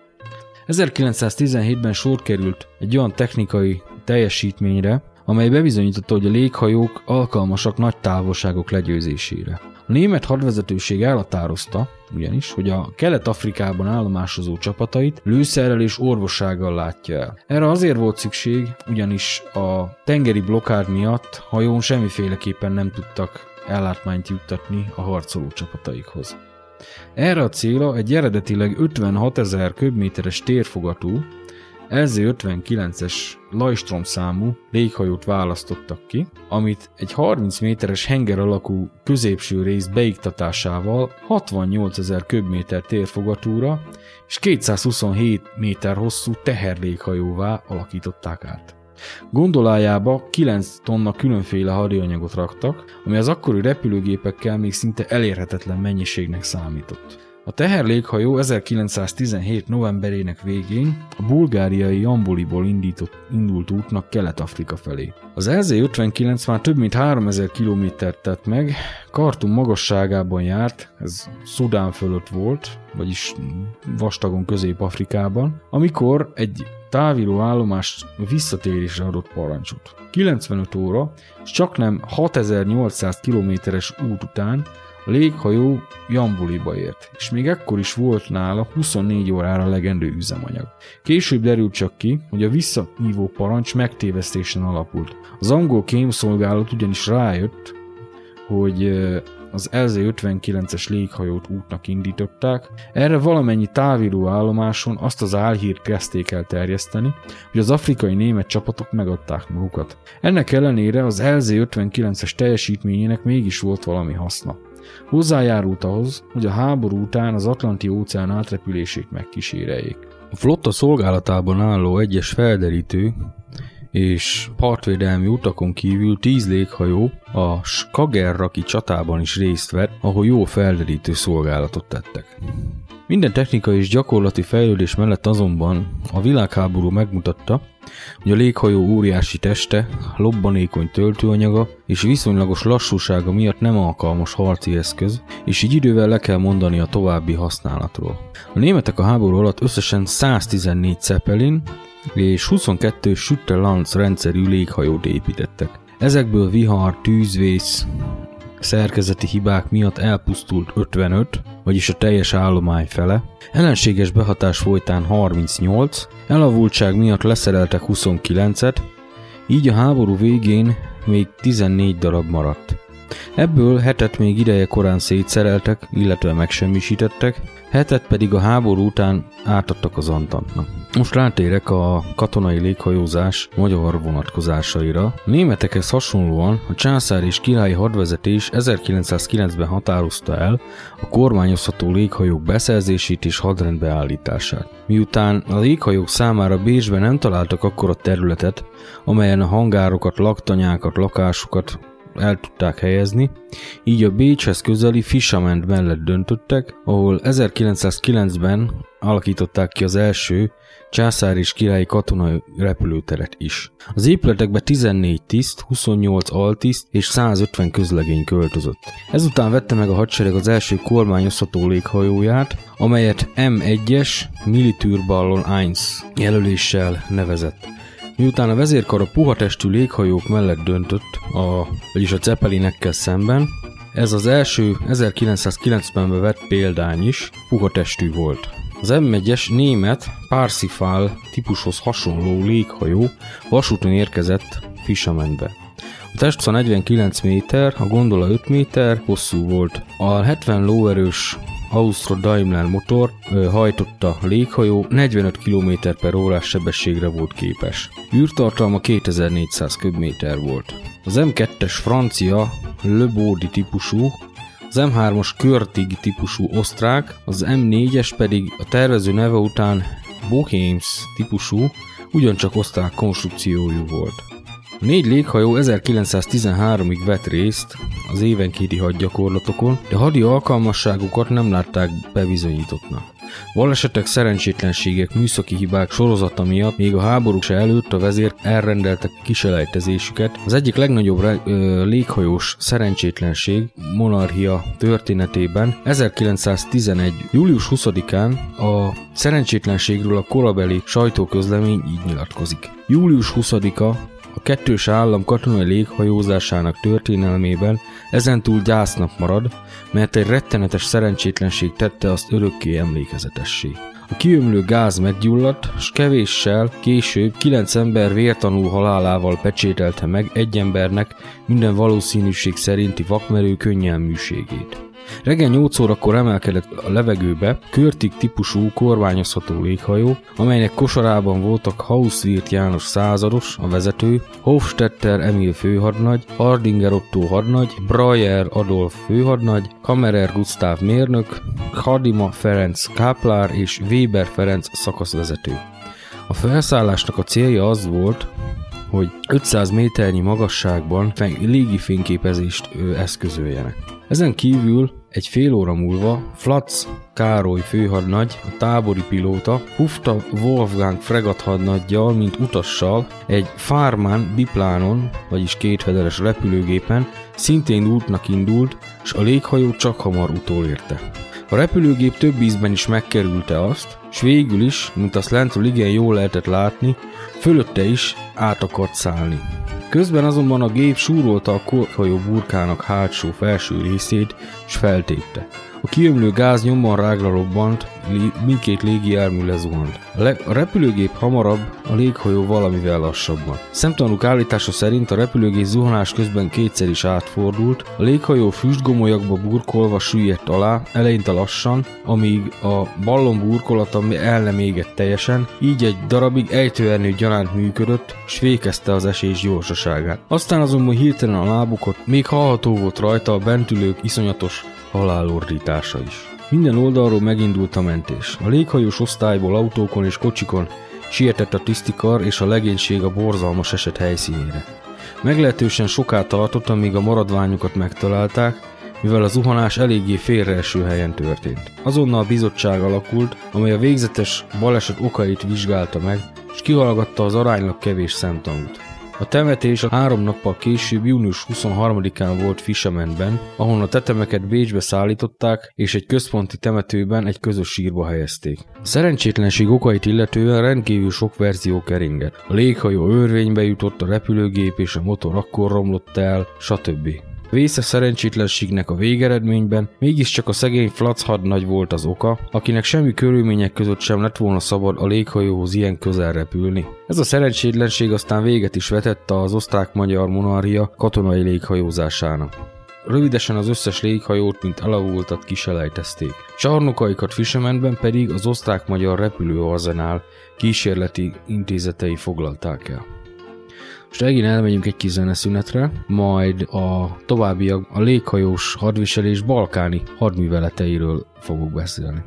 ezerkilencszáztizenhétben sor került egy olyan technikai teljesítményre, amely bebizonyította, hogy a léghajók alkalmasak nagy távolságok legyőzésére. A német hadvezetőség elhatározta ugyanis, hogy a Kelet-Afrikában állomásozó csapatait lőszerrel és orvossággal látja el. Erre azért volt szükség, ugyanis a tengeri blokkád miatt hajón semmiféleképpen nem tudtak ellátmányt juttatni a harcoló csapataikhoz. Erre a célra egy eredetileg ötvenhatezer köbméteres térfogatú el zé ötvenkilences Lajstrom számú léghajót választottak ki, amit egy harminc méteres henger alakú középső rész beiktatásával hatvannyolcezer köbméter térfogatúra és kétszázhuszonhét méter hosszú teherléghajóvá alakították át. Gondolájába kilenc tonna különféle hadianyagot raktak, ami az akkori repülőgépekkel még szinte elérhetetlen mennyiségnek számított. A teherléghajó ezerkilencszáztizenhét novemberének végén a bulgáriai Jamboliból indított, indult útnak Kelet-Afrika felé. Az el zé ötvenkilenc már több mint háromezer kilométert tett meg, Khartoum magasságában járt, ez Szudán fölött volt, vagyis vastagon Közép-Afrikában, amikor egy táviró állomás visszatérésre adott parancsot. kilencvenöt óra, és csaknem hatezer-nyolcszáz kilométeres út után a léghajó Jamboliba ért, és még ekkor is volt nála huszonnégy órára legendő üzemanyag. Később derült csak ki, hogy a visszahívó parancs megtévesztésen alapult. Az angol kémszolgálat ugyanis rájött, hogy az el zé ötvenkilences léghajót útnak indították, erre valamennyi táviró állomáson azt az álhírt kezdték el terjeszteni, hogy az afrikai német csapatok megadták magukat. Ennek ellenére az el zé ötvenkilences teljesítményének mégis volt valami haszna. Hozzájárult ahhoz, hogy a háború után az Atlanti-óceán átrepülését megkíséreljék. A flotta szolgálatában álló egyes felderítő és partvédelmi utakon kívül tíz léghajó a Skagerraki csatában is részt vett, ahol jó felderítő szolgálatot tettek. Minden technikai és gyakorlati fejlődés mellett azonban a világháború megmutatta, hogy a léghajó óriási teste, lobbanékony töltőanyaga és viszonylagos lassúsága miatt nem alkalmas harci eszköz, és így idővel le kell mondani a további használatról. A németek a háború alatt összesen száztizennégy Zeppelin és huszonkettő Schütte-Lanz rendszerű léghajót építettek. Ezekből vihar, tűzvész, szerkezeti hibák miatt elpusztult ötvenöt, vagyis a teljes állomány fele, ellenséges behatás folytán harmincnyolc, elavultság miatt leszereltek huszonkilencet, így a háború végén még tizennégy darab maradt. Ebből hetet még ideje korán szétszereltek, illetve megsemmisítettek, hetet pedig a háború után átadtak az Antantnak. Most rátérek a katonai léghajózás magyar vonatkozásaira. A németekhez hasonlóan a császár és királyi hadvezetés ezerkilencszázkilencben határozta el a kormányozható léghajók beszerzését és hadrendbe állítását. Miután a léghajók számára Bécsben nem találtak akkora területet, amelyen a hangárokat, laktanyákat, lakásokat el tudták helyezni, így a Bécshez közeli Fischerment mellett döntöttek, ahol ezerkilencszázkilencben alakították ki az első császár és királyi katonai repülőteret is. Az épületekbe tizennégy tiszt, huszonnyolc altiszt és százötven közlegény költözött. Ezután vette meg a hadsereg az első kormányozható léghajóját, amelyet M egyes Militürballon eins jelöléssel nevezett. Miután a vezérkar a puha testű léghajók mellett döntött, a, vagyis a Zeppelinekkel szemben, ez az első ezerkilencszázkilencvenben vett példány is puha testű volt. Az M egyes német Parsifal típushoz hasonló léghajó vasúton érkezett Fischermentbe. A testhossza negyvenkilenc méter, a gondola öt méter hosszú volt. A hetven lóerős Austro-Daimler motor ö, hajtotta a léghajó, negyvenöt kilométer per órás sebességre volt képes. Űrtartalma kétezer-négyszáz köbméter volt. Az M kettes francia Le Baudy típusú, az M hármas Körtig típusú osztrák, az M négyes pedig a tervező neve után Bohéms típusú, ugyancsak osztrák konstrukciójú volt. A négy léghajó ezerkilencszáztizenháromig vett részt az évenkénti hadgyakorlatokon, de hadi alkalmasságukat nem látták bebizonyítottnak. Balesetek, szerencsétlenségek, műszaki hibák sorozata miatt még a háború előtt a vezér elrendeltek kiselejtezésüket. Az egyik legnagyobb re- ö, léghajós szerencsétlenség monarchia történetében ezerkilencszáztizenegy. július huszadikán a szerencsétlenségről a korabeli sajtóközlemény így nyilatkozik. július huszadika a kettős állam katonai léghajózásának történelmében ezentúl gyásznap marad, mert egy rettenetes szerencsétlenség tette azt örökké emlékezetessé. A kiömlő gáz meggyulladt, s kevéssel később kilenc ember vértanú halálával pecsételte meg egy embernek minden valószínűség szerinti vakmerő könnyelműségét. Reggel nyolc órakor emelkedett a levegőbe Körtig típusú kormányozható léghajó, amelynek kosarában voltak Hauswirth János százados, a vezető, Hofstetter Emil főhadnagy, Hardinger Otto hadnagy, Breyer Adolf főhadnagy, Kammerer Gusztáv mérnök, Hadima Ferenc káplár és Weber Ferenc szakaszvezető. A felszállásnak a célja az volt, hogy ötszáz méternyi magasságban légi fényképezést eszközöljenek. Ezen kívül egy fél óra múlva Flatz Károly főhadnagy, a tábori pilóta, Hufta Wolfgang fregathadnaggyal, mint utassal, egy Farman biplánon, vagyis kétfedeles repülőgépen szintén útnak indult, s a léghajó csak hamar utolérte. A repülőgép több ízben is megkerülte azt, s végül is, mint azt lentről igen jól lehetett látni, fölötte is át akart szállni. Közben azonban a gép súrolta a korhajó burkának hátsó felső részét, s feltépte. A kiömlő gáz nyomban rágra robbant, mindkét légijármű lezuhant. A, le- a repülőgép hamarabb, a léghajó valamivel lassabban. Szemtanúk állítása szerint a repülőgép zuhanás közben kétszer is átfordult, a léghajó füstgomolyakba burkolva süllyedt alá, eleinte lassan, amíg a ballon burkolata el nem égett teljesen, így egy darabig ejtőernyő gyanánt működött, s fékezte az esés gyorsaságát. Aztán azonban hirtelen a lábukat, még hallható volt rajta a bentülők iszonyatos halálordítása is. Minden oldalról megindult a mentés. A léghajós osztályból autókon és kocsikon sietett a tisztikar és a legénység a borzalmas eset helyszínére. Meglehetősen soká tartott, amíg a maradványokat megtalálták, mivel a zuhanás eléggé félreeső helyen történt. Azonnal bizottság alakult, amely a végzetes baleset okait vizsgálta meg, és kihallgatta az aránylag kevés szemtanút. A temetés a három nappal később június huszonharmadikán volt Fischermentben, ahol a tetemeket Bécsbe szállították, és egy központi temetőben egy közös sírba helyezték. A szerencsétlenség okait illetően rendkívül sok verzió keringett. A léghajó örvénybe jutott, a repülőgép és a motor akkor romlott el, stb. A vészes szerencsétlenségnek a végeredményben mégiscsak a szegény Flatz hadnagy volt az oka, akinek semmi körülmények között sem lett volna szabad a léghajóhoz ilyen közel repülni. Ez a szerencsétlenség aztán véget is vetett az osztrák-magyar monarchia katonai léghajózásának. rövidesen az összes léghajót, mint elavultat kiselejtezték. Csarnokaikat Fishermanben pedig az osztrák-magyar repülőarzenál kísérleti intézetei foglalták el. Most megint elmegyünk egy kis zeneszünetre, majd a továbbiak a léghajós hadviselés balkáni hadműveleteiről fogok beszélni.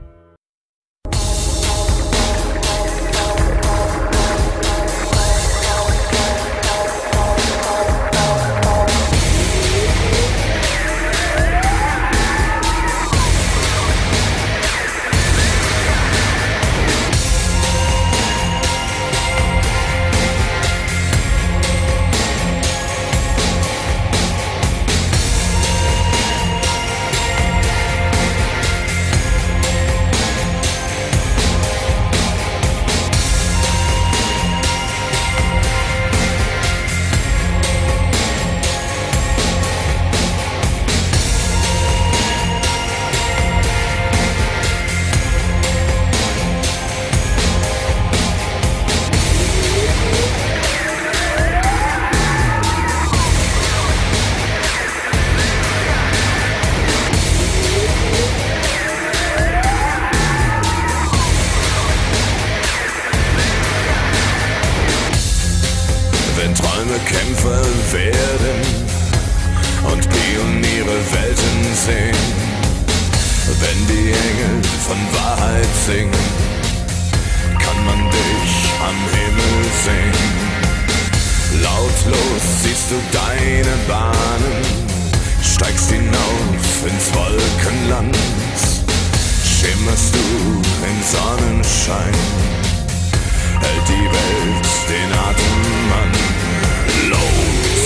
Kämpfer werden und Pioniere Welten sehen. Wenn die Engel von Wahrheit singen, kann man dich am Himmel sehen. Lautlos siehst du deine Bahnen, steigst hinauf ins Wolkenland, schimmerst du im Sonnenschein, hält die Welt den Atem an. Los!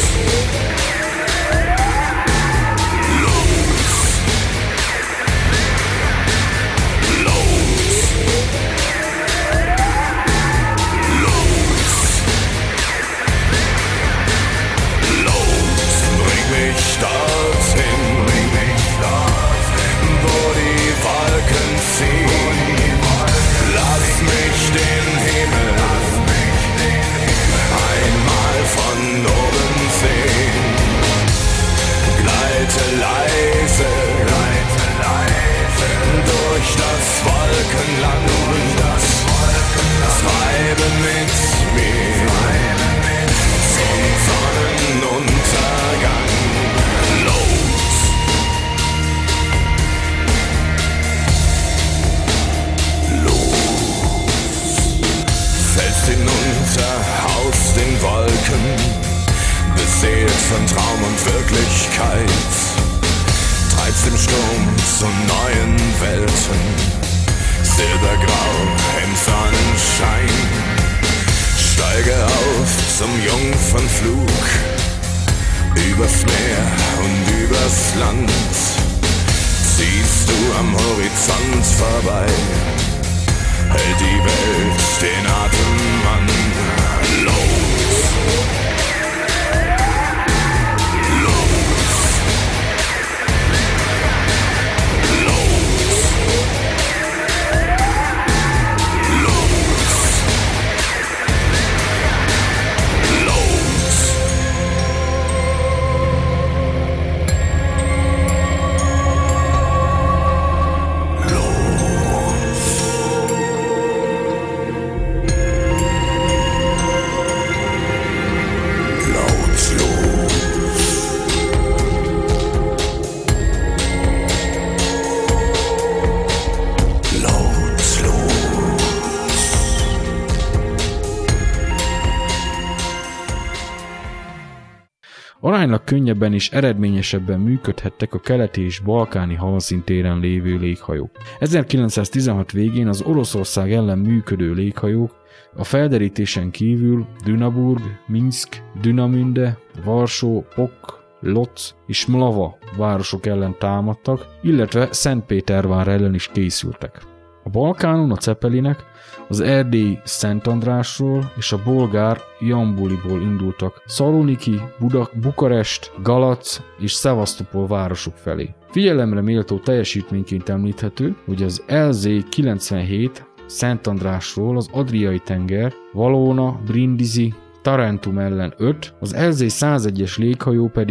Los! Los! Los! Los! Bring mich dorthin, bring mich dorthin, wo die Wolken ziehen. Lass mich den Himmel einmal von oben sehen. Gleite leise, gleite leise durch das Wolkenland, durch das Wolkenland. Treibe mit mir zum Sonnenuntergang. Los! Los! Fällst hinunter aus den Wolken, beseelt von Traum und Wirklichkeit, treibst im Sturm zu neuen Welten, silbergrau im Sonnenschein. Steige auf zum Jungfernflug, übers Meer und übers Land, ziehst du am Horizont vorbei, hält die Welt den Atem an. Los! Los! Los! Los! Los! Aránylag könnyebben és eredményesebben működhettek a keleti és balkáni halszintéren lévő léghajók. ezerkilencszáztizenhat végén az Oroszország ellen működő léghajók a felderítésen kívül Dünaburg, Minsk, Dünamünde, Varsó, Pok, Lodz és Mlava városok ellen támadtak, illetve Szentpétervár ellen is készültek. A Balkánon a Cepelinek az erdélyi Szent Andrásról és a bolgár Jambuliból indultak Szaloniki, Buda, Bukarest, Galac és Szevasztopol városok felé. Figyelemre méltó teljesítményként említhető, hogy az el zé kilencvenhét Szent Andrásról az Adriai tenger, Valona, Brindisi, Tarentum ellen öt, az el zé százegyes léghajó pedig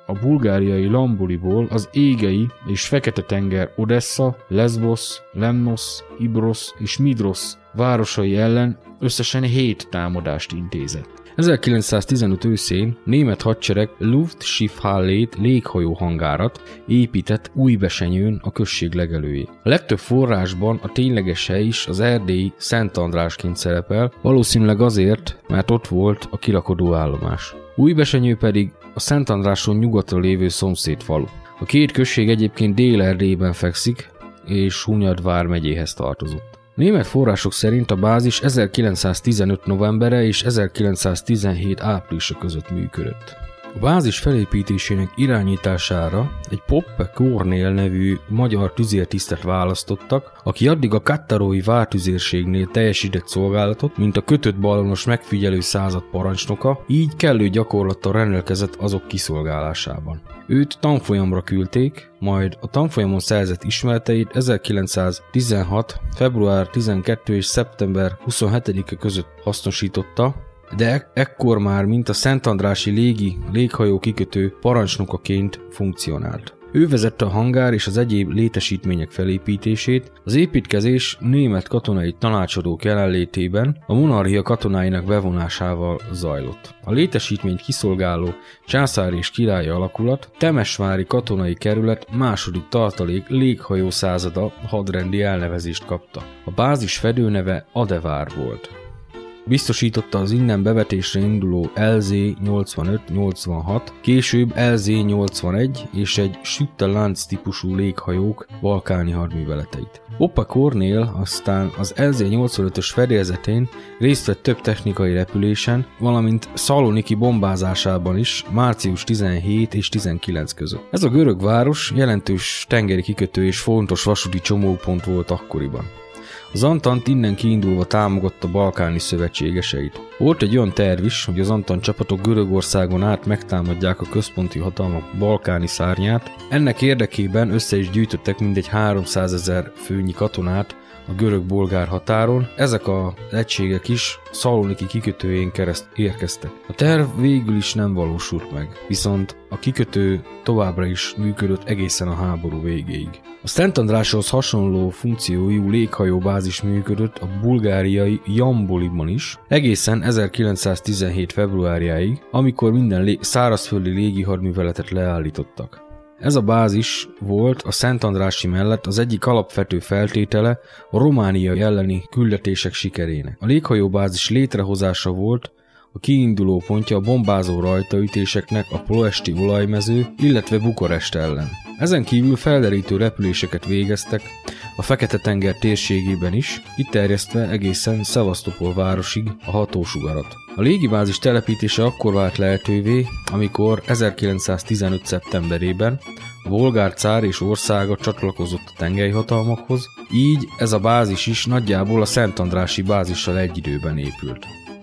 a bulgáriai Lamboliból az Égei és Fekete-tenger Odessa, Lesbos, Lemnos, Ibrosz és Midrosz városai ellen összesen hét támadást intézett. ezerkilencszáztizenöt őszén német hadsereg Luftschiffhalle-t léghajó-hangárat épített Újbesenyőn a község legelőjén. A legtöbb forrásban a tényleges hely is az erdélyi Szent Andrásként szerepel, valószínűleg azért, mert ott volt a kilakodó állomás. Újbesenyő pedig a Szent Andráson nyugatra lévő szomszédfalu. A két község egyébként Dél-Erdélyben fekszik, és Hunyad vármegyéhez tartozott. Német források szerint a bázis ezerkilencszáztizenöt novembere és ezerkilencszáztizenhét áprilisa között működött. A bázis felépítésének irányítására egy Poppe Kornél nevű magyar tüzértisztet választottak, aki addig a kattarói vártüzérségnél teljesített szolgálatot, mint a kötött ballonos megfigyelő század parancsnoka, így kellő gyakorlattal rendelkezett azok kiszolgálásában. Őt tanfolyamra küldték, majd a tanfolyamon szerzett ismereteit ezerkilencszáztizenhat. február tizenkettedike és szeptember huszonhetedike között hasznosította, de ekkor már mint a szentandrási légi léghajó kikötő parancsnokaként funkcionált. Ő vezette a hangár és az egyéb létesítmények felépítését, az építkezés német katonai tanácsadók jelenlétében a monarchia katonáinak bevonásával zajlott. A létesítményt kiszolgáló császár és királyi alakulat Temesvári katonai kerület második tartalék léghajó százada hadrendi elnevezést kapta. A bázis fedőneve Adevár volt. Biztosította az innen bevetésre induló el zé nyolcvanöt nyolcvanhat, később el zé nyolcvanegy és egy Schütte-Lanz típusú léghajók balkáni hadműveleteit. Poppe Kornél aztán az el zé nyolcvanötös fedélzetén részt vett több technikai repülésen, valamint Szaloniki bombázásában is március tizenhét és tizenkilenc között. Ez a görög város jelentős tengeri kikötő és fontos vasúti csomópont volt akkoriban. Az Antant innen kiindulva támogatta balkáni szövetségeseit. Volt egy olyan terv is, hogy az Antant csapatok Görögországon át megtámadják a központi hatalmak balkáni szárnyát. Ennek érdekében össze is gyűjtöttek mindegy háromszázezer főnyi katonát a görög-bolgár határon. Ezek az egységek is Szaloniki kikötőjén kereszt érkeztek. A terv végül is nem valósult meg, viszont a kikötő továbbra is működött egészen a háború végéig. A Szent Andráshoz hasonló funkciójú léghajóbázis működött a bulgáriai Jamboliban is, egészen ezerkilencszáztizenhét februárjáig, amikor minden lé- szárazföldi légihadműveletet leállítottak. Ez a bázis volt a Szent Andrássy mellett az egyik alapvető feltétele a romániai elleni küldetések sikerének. A léghajóbázis létrehozása volt a kiinduló pontja a bombázó rajtaütéseknek a ploesti olajmező, illetve Bukarest ellen. Ezen kívül felderítő repüléseket végeztek a Fekete-tenger térségében is, itt terjesztve egészen Szevasztopol városig a hatósugarat. A légibázis telepítése akkor vált lehetővé, amikor ezerkilencszáztizenöt. szeptemberében a bolgár cár és országa csatlakozott a tengeri hatalmakhoz, így ez a bázis is nagyjából a Szent Andrássy bázissal egy időben épült.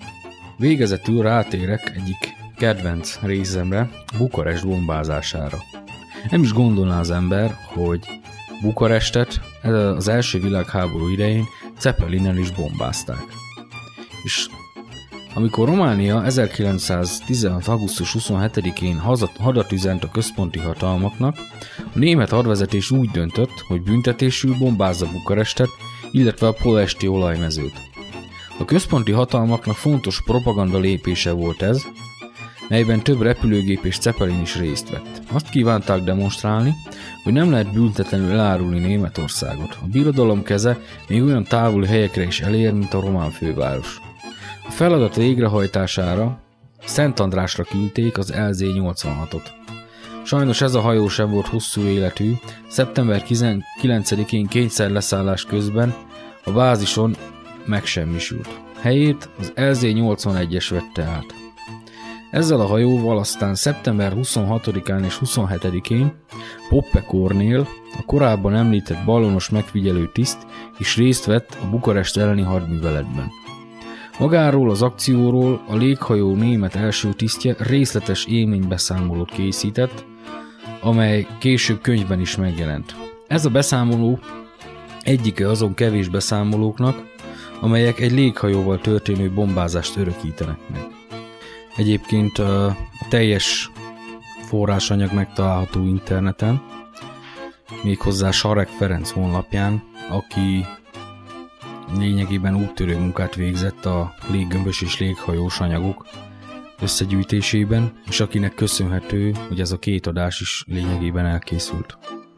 Végezetül rátérek egyik kedvenc részemre, Bukarest bombázására. Nem is gondolná az ember, hogy Bukarestet az első világháború idején Zeppelinnel is bombázták. És amikor Románia ezerkilencszáztizenhat. augusztus huszonhetedikén hadat üzent a központi hatalmaknak, a német hadvezetés úgy döntött, hogy büntetésül bombázza Bukarestet, illetve a ploesti olajmezőt. A központi hatalmaknak fontos propaganda lépése volt ez, melyben több repülőgép és Zeppelin is részt vett. Azt kívánták demonstrálni, hogy nem lehet büntetlenül elárulni Németországot. A birodalom keze még olyan távoli helyekre is elér, mint a román főváros. A feladat végrehajtására Szent Andrásra küldték az el zé nyolcvanhatot. Sajnos ez a hajó sem volt hosszú életű, szeptember kilencedikén kényszer leszállás közben a bázison megsemmisült. Helyét az el zé nyolcvanegyes vette át. Ezzel a hajóval aztán szeptember huszonhatodikán és huszonhetedikén Poppe Kornél, a korábban említett ballonos megfigyelő tiszt is részt vett a Bukarest elleni hadműveletben. Magáról az akcióról a léghajó német első tisztje részletes élménybeszámolót készített, amely később könyvben is megjelent. Ez a beszámoló egyike azon kevés beszámolóknak, amelyek egy léghajóval történő bombázást örökítenek meg. Egyébként a teljes forrásanyag megtalálható interneten, méghozzá Sarek Ferenc honlapján, aki lényegében úttörő munkát végzett a léggömbös és léghajós anyagok összegyűjtésében, és akinek köszönhető, hogy ez a két adás is lényegében elkészült.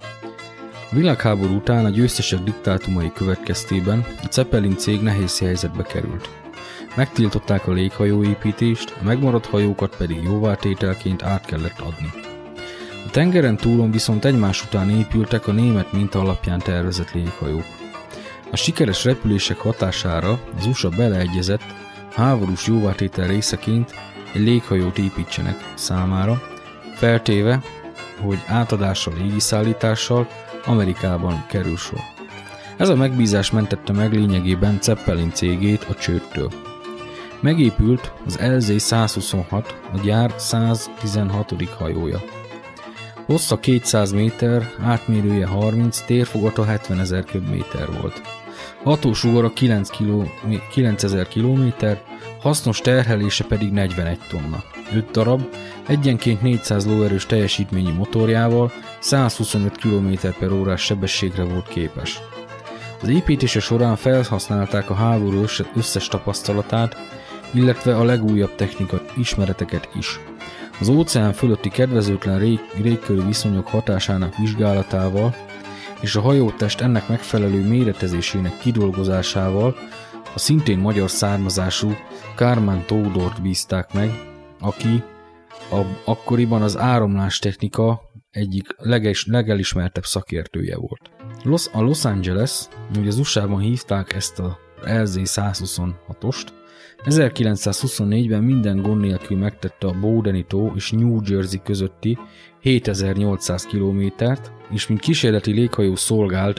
A világháború után a győztesek diktátumai következtében a Zeppelin cég nehéz helyzetbe került. Megtiltották a léghajóépítést, a megmaradt hajókat pedig jóvátételként át kellett adni. A tengeren túlon viszont egymás után épültek a német minta alapján tervezett léghajók. A sikeres repülések hatására az u es á beleegyezett háborús jóvátétel részeként egy léghajót építsenek számára, feltéve, hogy átadással légiszállítással Amerikában kerül sor. Ez a megbízás mentette meg lényegében Zeppelin cégét a csődtől. Megépült az el zé százhuszonhat, a gyár száztizenhatodik hajója. Hossza kétszáz méter, átmérője harminc, térfogata hetvenezer köbméter volt. Hatósugara kilencezer kilométer, hasznos terhelése pedig negyvenegy tonna. öt darab, egyenként négyszáz lóerős teljesítményű motorjával százhuszonöt kilométer per órás sebességre volt képes. Az építése során felhasználták a háború összes tapasztalatát, illetve a legújabb technika ismereteket is. Az óceán fölötti kedvezőtlen rég, régkörű viszonyok hatásának vizsgálatával és a hajótest ennek megfelelő méretezésének kidolgozásával a szintén magyar származású Kármán Tódort bízták meg, aki a, akkoriban az áramlás technika egyik leges, legelismertebb szakértője volt. Los, a Los Angeles, ugye az u es á-ban hívták ezt az el zé százhuszonhatost, ezerkilencszázhuszonnégyben minden gond nélkül megtette a Bowdeni tó és New Jersey közötti hétezer-nyolcszáz kilométert, és mint kísérleti léghajó szolgált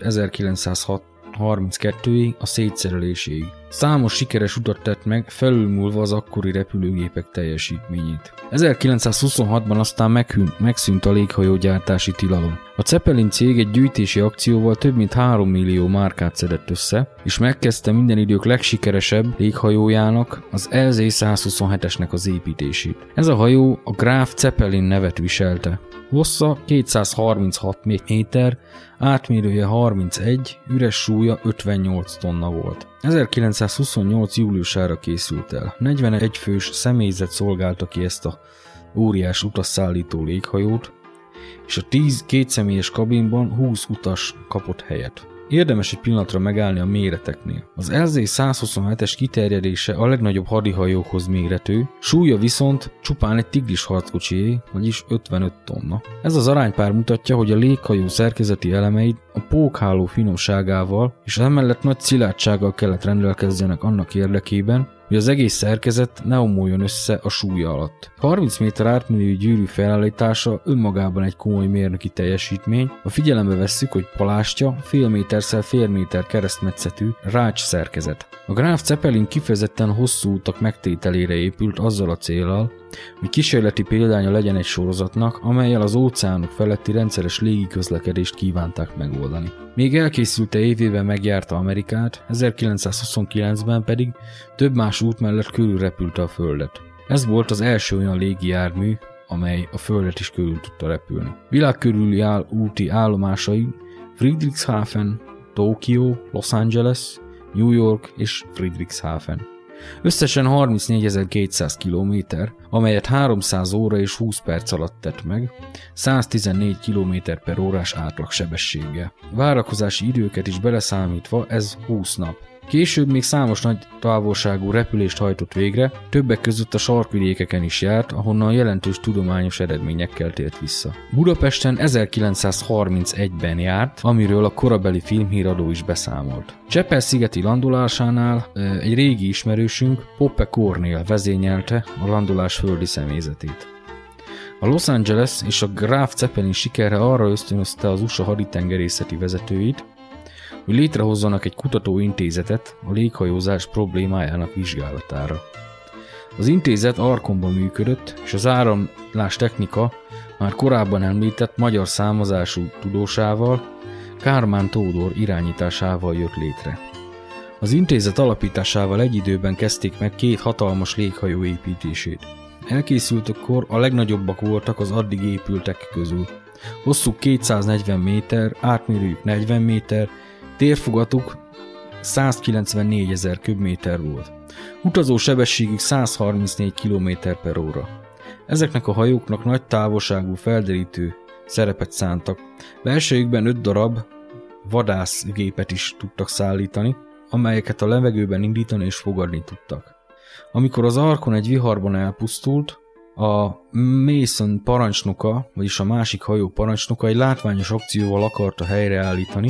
ezerkilencszázharminckettőig a szétszereléséig. Számos sikeres utat tett meg, felülmúlva az akkori repülőgépek teljesítményét. ezerkilencszázhuszonhatban aztán meghűnt, megszűnt a léghajógyártási tilalom. A Zeppelin cég egy gyűjtési akcióval több mint három millió márkát szedett össze, és megkezdte minden idők legsikeresebb léghajójának, az el zé százhuszonhetesnek az építését. Ez a hajó a Graf Zeppelin nevet viselte. Hossza kétszázharminchat méter, átmérője harmincegy, üres súlya ötvennyolc tonna volt. ezerkilencszázhuszonnyolc júliusára készült el. negyvenegy fős személyzet szolgálta ki ezt a óriás utasszállító léghajót, és a tíz kétszemélyes kabinban húsz utas kapott helyet. Érdemes egy pillanatra megállni a méreteknél. Az el zé százhuszonhetes kiterjedése a legnagyobb hadihajókhoz méretű, súlya viszont csupán egy tigris harckocsié, vagyis ötvenöt tonna. Ez az aránypár mutatja, hogy a léghajó szerkezeti elemeit a pókháló finomságával és emellett nagy szilárdsággal kellett rendelkezzenek annak érdekében, hogy az egész szerkezet ne omoljon össze a súlya alatt. harminc méter átmérőjű gyűrű felállítása önmagában egy komoly mérnöki teljesítmény, ha figyelembe vesszük, hogy palástja fél méterszer fél méter keresztmetszetű rács szerkezet. A Graf Zeppelin kifejezetten hosszú utak megtételére épült azzal a céllal, hogy kísérleti példánya legyen egy sorozatnak, amellyel az óceánok feletti rendszeres légiközlekedést kívánták megoldani. Még elkészülte évében megjárta Amerikát, ezerkilencszázhuszonkilencben pedig több más út mellett körülrepülte a Földet. Ez volt az első olyan légijármű, amely a Földet is körül tudta repülni. Világkörüli áll, úti állomásai Friedrichshafen, Tokió, Los Angeles, New York és Friedrichshafen. Összesen harmincnégyezer-kétszáz kilométer, amelyet háromszáz óra és húsz perc alatt tett meg, száztizennégy kilométer per órás átlagsebességgel. Várakozási időket is beleszámítva ez húsz nap. Később még számos nagy távolságú repülést hajtott végre, többek között a sarkvidékeken is járt, ahonnan jelentős tudományos eredményekkel tért vissza. Budapesten ezerkilencszázharmincegyben járt, amiről a korabeli filmhíradó is beszámolt. Csepel-szigeti landolásánál egy régi ismerősünk, Poppe Cornél vezényelte a landolás földi személyzetét. A Los Angeles és a Graf Zeppelin sikerre arra ösztönözte az u es á haditengerészeti vezetőit, hogy létrehozzanak egy kutatóintézetet a léghajózás problémájának vizsgálatára. Az intézet Arkonban működött, és az áramlás technika már korábban említett magyar származású tudósával, Kármán Tódor irányításával jött létre. Az intézet alapításával egy időben kezdték meg két hatalmas léghajó építését. Elkészültekkor a legnagyobbak voltak az addig épültek közül. Hosszuk kétszáznegyven méter, átmérőjük negyven méter, térfogatuk százkilencvennégyezer köbméter volt. Utazó sebességük száz harmincnégy kilométer per óra. Ezeknek a hajóknak nagy távolságú felderítő szerepet szántak. Belsejükben öt darab vadászgépet is tudtak szállítani, amelyeket a levegőben indítani és fogadni tudtak. Amikor az Arkon egy viharban elpusztult, a Mason parancsnoka, vagyis a másik hajó parancsnoka egy látványos akcióval akarta helyreállítani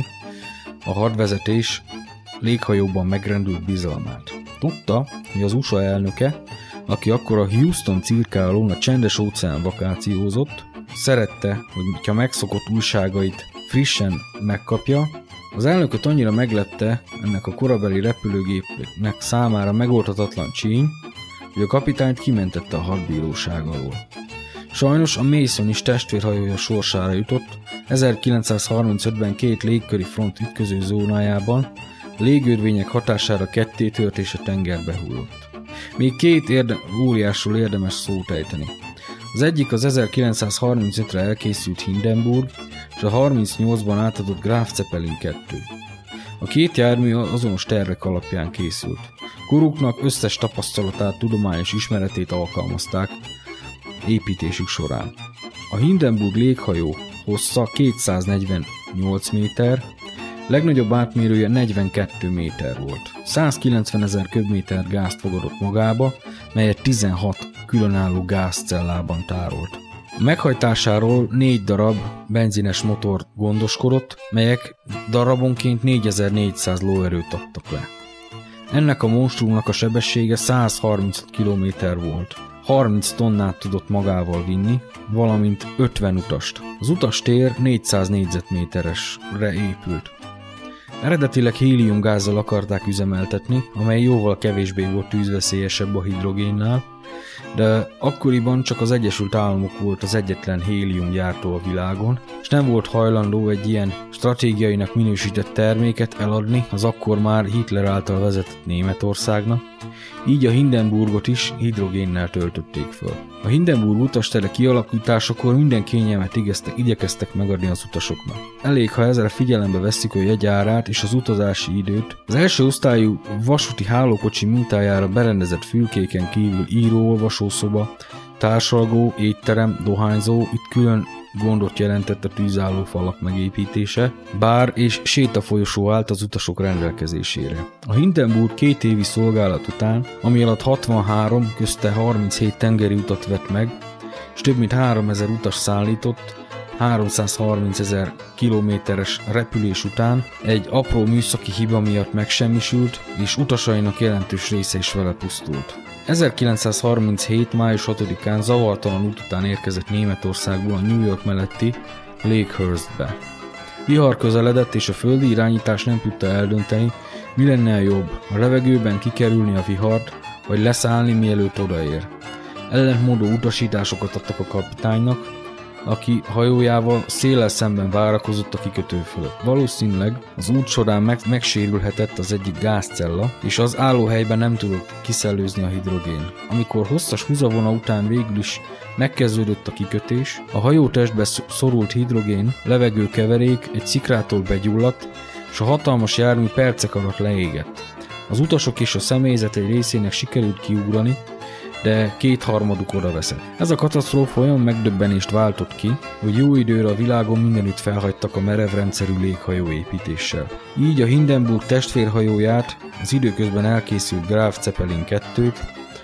a hadvezetés léghajóban megrendült bizalmát. Tudta, hogy az u es á elnöke, aki akkor a Houston cirkálón a csendes óceán vakációzott, szerette, hogy ha megszokott újságait frissen megkapja. Az elnököt annyira meglepte ennek a korabeli repülőgépnek számára megoldhatatlan csíny, hogy a kapitányt kimentette a hadbíróság alól. Sajnos a Mason is testvérhajója sorsára jutott, ezerkilencszázharmincötben két légköri front ütköző zónájában, a légörvények hatására ketté tört és a tengerbe hullott. Még két érde- óriásról érdemes szót ejteni. Az egyik az ezerkilencszázharmincötre elkészült Hindenburg, és a harmincnyolcban átadott Graf Zeppelin kettő. A két jármű azonos tervek alapján készült. Koruknak összes tapasztalatát, tudományos ismeretét alkalmazták építésük során. A Hindenburg léghajó hossza kétszáznegyvennyolc méter, legnagyobb átmérője negyvenkét méter volt. százkilencvenezer köbméter gázt fogadott magába, melyet tizenhat különálló gázcellában tárolt. A meghajtásáról négy darab benzines motor gondoskodott, melyek darabonként négyezer-négyszáz lóerőt adtak le. Ennek a monstrumnak a sebessége száz harmincöt kilométer volt. harminc tonnát tudott magával vinni, valamint ötven utast. Az utastér négyszáz négyzetméteresre épült. Eredetileg héliumgázzal akarták üzemeltetni, amely jóval kevésbé volt tűzveszélyesebb a hidrogénnál, de akkoriban csak az Egyesült Államok volt az egyetlen héliumgyártó a világon, és nem volt hajlandó egy ilyen stratégiainak minősített terméket eladni az akkor már Hitler által vezetett Németországnak, így a Hindenburgot is hidrogénnel töltötték föl. A Hindenburg utastere kialakításakor minden kényelmet igeztek, igyekeztek megadni az utasoknak. Elég, ha ezzel figyelembe vesszük a jegyárát és az utazási időt. Az első osztályú vasúti hálókocsi mintájára berendezett fülkéken kívül író, olvasószoba, társalgó, étterem, dohányzó, itt külön gondot jelentett a tűzálló falak megépítése, bár és sétafolyosó állt az utasok rendelkezésére. A Hindenburg két évi szolgálat után, ami alatt hatvanhárom, közte harminchét tengeri utat vett meg, és több mint háromezer utas szállított, háromszázharmincezer kilométeres repülés után egy apró műszaki hiba miatt megsemmisült, és utasainak jelentős része is vele pusztult. ezerkilencszázharminchét. május hatodikán zavartalan út után érkezett Németországból a New York melletti Lakehurstbe. Vihar közeledett, és a földi irányítás nem tudta eldönteni, mi lenne a jobb, a levegőben kikerülni a vihart, vagy leszállni, mielőtt odaér. Ellentmondó utasításokat adtak a kapitánynak, aki hajójával széllel szemben várakozott a kikötő fölött. Valószínűleg az út során meg- megsérülhetett az egyik gázcella, és az állóhelyben nem tudott kiszellőzni a hidrogén. Amikor hosszas húzavona után végül is megkezdődött a kikötés, a hajótestbe szorult hidrogén levegőkeverék egy szikrától begyulladt, és a hatalmas jármű percek alatt leégett. Az utasok és a személyzet egy részének sikerült kiugrani, de kétharmaduk odaveszett. Ez a katasztrófa olyan megdöbbenést váltott ki, hogy jó időre a világon mindenütt felhagytak a merevrendszerű léghajó építéssel. Így a Hindenburg testvérhajóját, az időközben elkészült Graf Zeppelin kettőt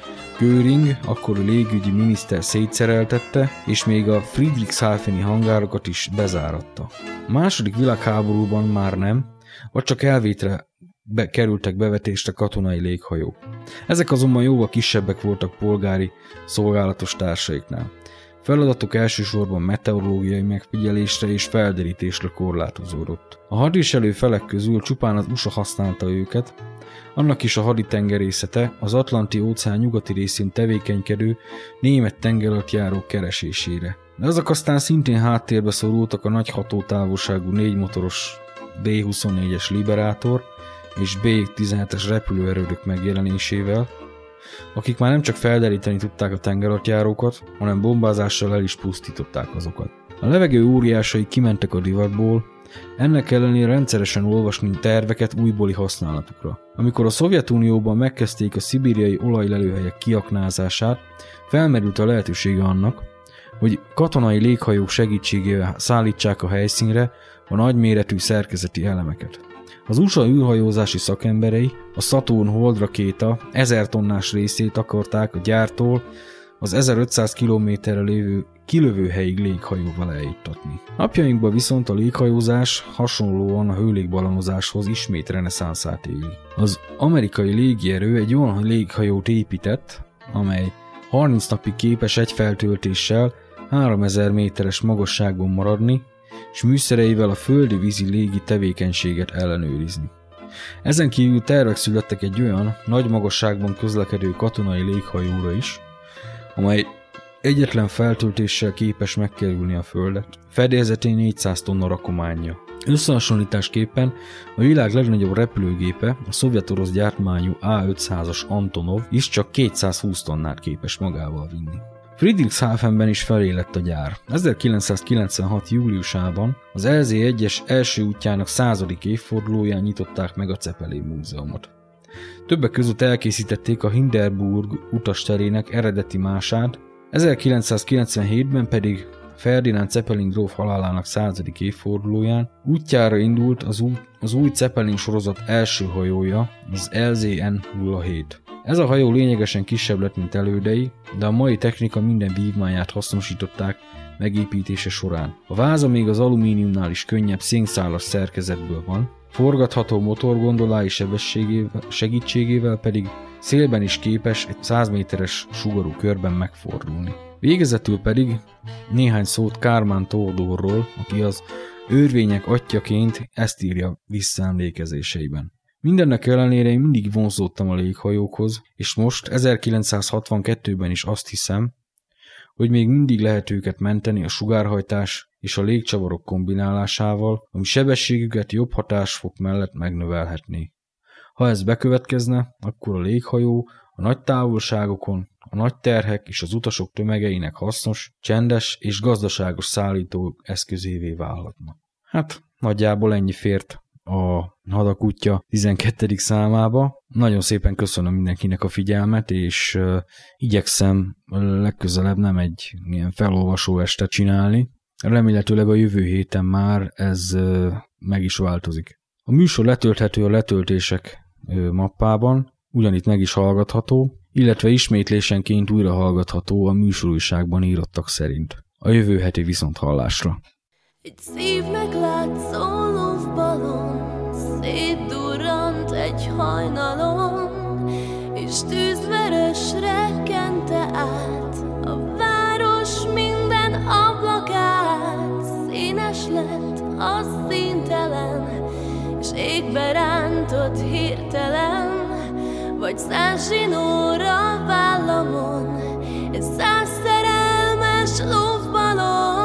Göring, akkori légügyi miniszter szétszereltette, és még a Friedrichshafeni hangárokat is bezáratta. A második világháborúban már nem, vagy csak elvétre Be, kerültek bevetésre katonai léghajók. Ezek azonban jóval kisebbek voltak polgári szolgálatos társaiknál. Feladatok elsősorban meteorológiai megfigyelésre és felderítésre korlátozódott. A hadviselő felek közül csupán az u es á használta őket, annak is a haditengerészete az Atlanti-óceán nyugati részén tevékenykedő német tengeralattjárók keresésére. De azok aztán szintén háttérbe szorultak a nagy hatótávolságú négymotoros bé huszonnégyes Liberator és bé tizenhetes repülőerődök megjelenésével, akik már nem csak felderíteni tudták a tengeralattjárókat, hanem bombázással el is pusztították azokat. A levegő óriásai kimentek a divatból, ennek ellenére rendszeresen olvasni terveket újbóli használatukra. Amikor a Szovjetunióban megkezdték a szibériai olajlelőhelyek kiaknázását, felmerült a lehetősége annak, hogy katonai léghajók segítségével szállítsák a helyszínre a nagyméretű szerkezeti elemeket. Az u es á űrhajózási szakemberei a Saturn holdrakéta ezer tonnás részét akarták a gyártól az ezerötszáz kilométerre lévő kilövőhelyig léghajóval eljuttatni. Napjainkban viszont a léghajózás hasonlóan a hőlégbalonozáshoz ismét reneszánszát éli. Az amerikai légierő egy olyan léghajót épített, amely harminc napig képes egy feltöltéssel háromezer méteres magasságban maradni, és műszereivel a földi vízi légi tevékenységet ellenőrizni. Ezen kívül tervek születtek egy olyan nagy magasságban közlekedő katonai léghajóra is, amely egyetlen feltöltéssel képes megkerülni a Földet. Fedélzetén négyszáz tonna rakománja. Összehasonlításképpen a világ legnagyobb repülőgépe, a szovjet-orosz gyártmányú á ötszázas Antonov is csak kétszázhúsz tonnát képes magával vinni. Friedrichshafenben is felé lett a gyár. ezerkilencszázkilencvenhat. júliusában az el zé egyes első útjának századik évfordulóján nyitották meg a Zeppelin múzeumot. Többek között elkészítették a Hindenburg utasterének eredeti mását, ezerkilencszázkilencvenhétben pedig Ferdinand Zeppelin gróf halálának századik évfordulóján útjára indult az, új, az új Zeppelin sorozat első hajója, az el zé en nulla hét. Ez a hajó lényegesen kisebb lett, mint elődei, de a mai technika minden vívmányát hasznosították megépítése során. A váza még az alumíniumnál is könnyebb szénszálas szerkezetből van, forgatható motorgondolái sebességével, segítségével pedig szélben is képes egy száz méteres sugarú körben megfordulni. Végezetül pedig néhány szót Kármán Tódorról, aki az őrvények atyjaként ezt írja visszaemlékezéseiben. Mindennek ellenére én mindig vonzódtam a léghajókhoz, és most ezerkilencszázhatvankettőben is azt hiszem, hogy még mindig lehet őket menteni a sugárhajtás és a légcsavarok kombinálásával, ami sebességüket jobb hatásfok mellett megnövelhetné. Ha ez bekövetkezne, akkor a léghajó a nagy távolságokon, a nagy terhek és az utasok tömegeinek hasznos, csendes és gazdaságos szállító eszközévé válhatna. Hát, nagyjából ennyi fért a Hadak útja tizenkettedik számába. Nagyon szépen köszönöm mindenkinek a figyelmet, és uh, igyekszem legközelebb nem egy ilyen felolvasó estet csinálni. Remélhetőleg a jövő héten már ez uh, meg is változik. A műsor letölthető a letöltések uh, mappában, ugyanitt meg is hallgatható, illetve ismétlésenként újra hallgatható a műsorújságban írottak szerint. A jövő heti viszonthallásra. Egy szívnek látszó lovbalon szétdurrant egy hajnalon, és tűzveresre kente át a város minden ablakát. Színes lett a színtelen, és égbe rántott hirtelen, vagy száz zsinóra vállamon, ez száz szerelmes lovbalon.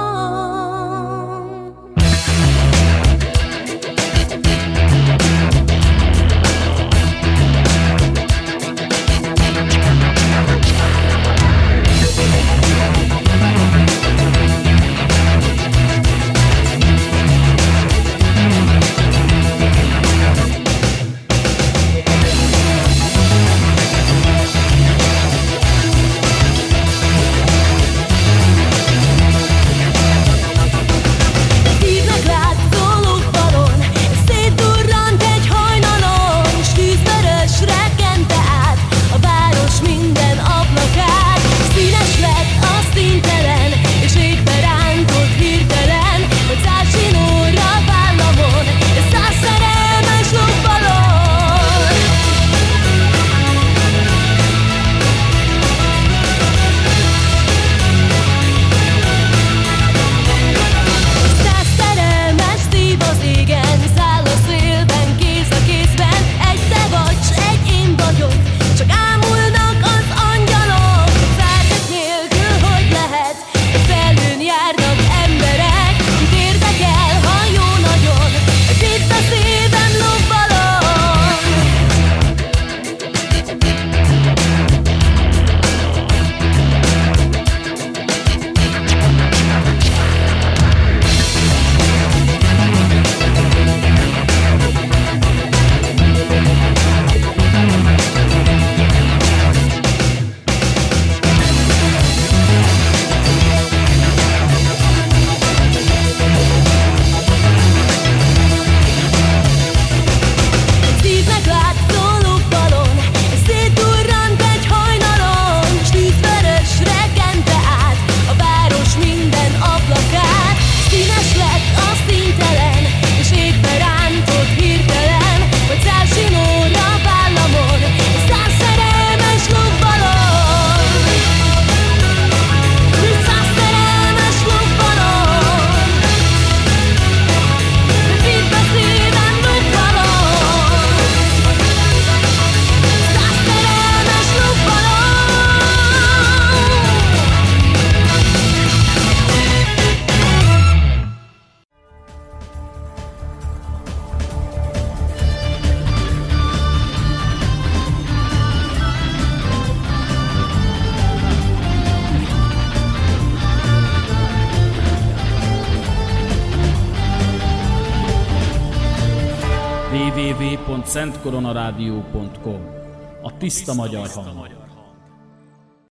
végtelen, és égbe rántott hirtelen, hogy szállsinóra a vállamon, száz szerelmes lukbalon. Száz szerelmes lukbalon, szívbe szívem lukbalon. Száz szerelmes lukbalon. double-u double-u double-u pont szent koronarádió pont com. A tiszta magyar hang.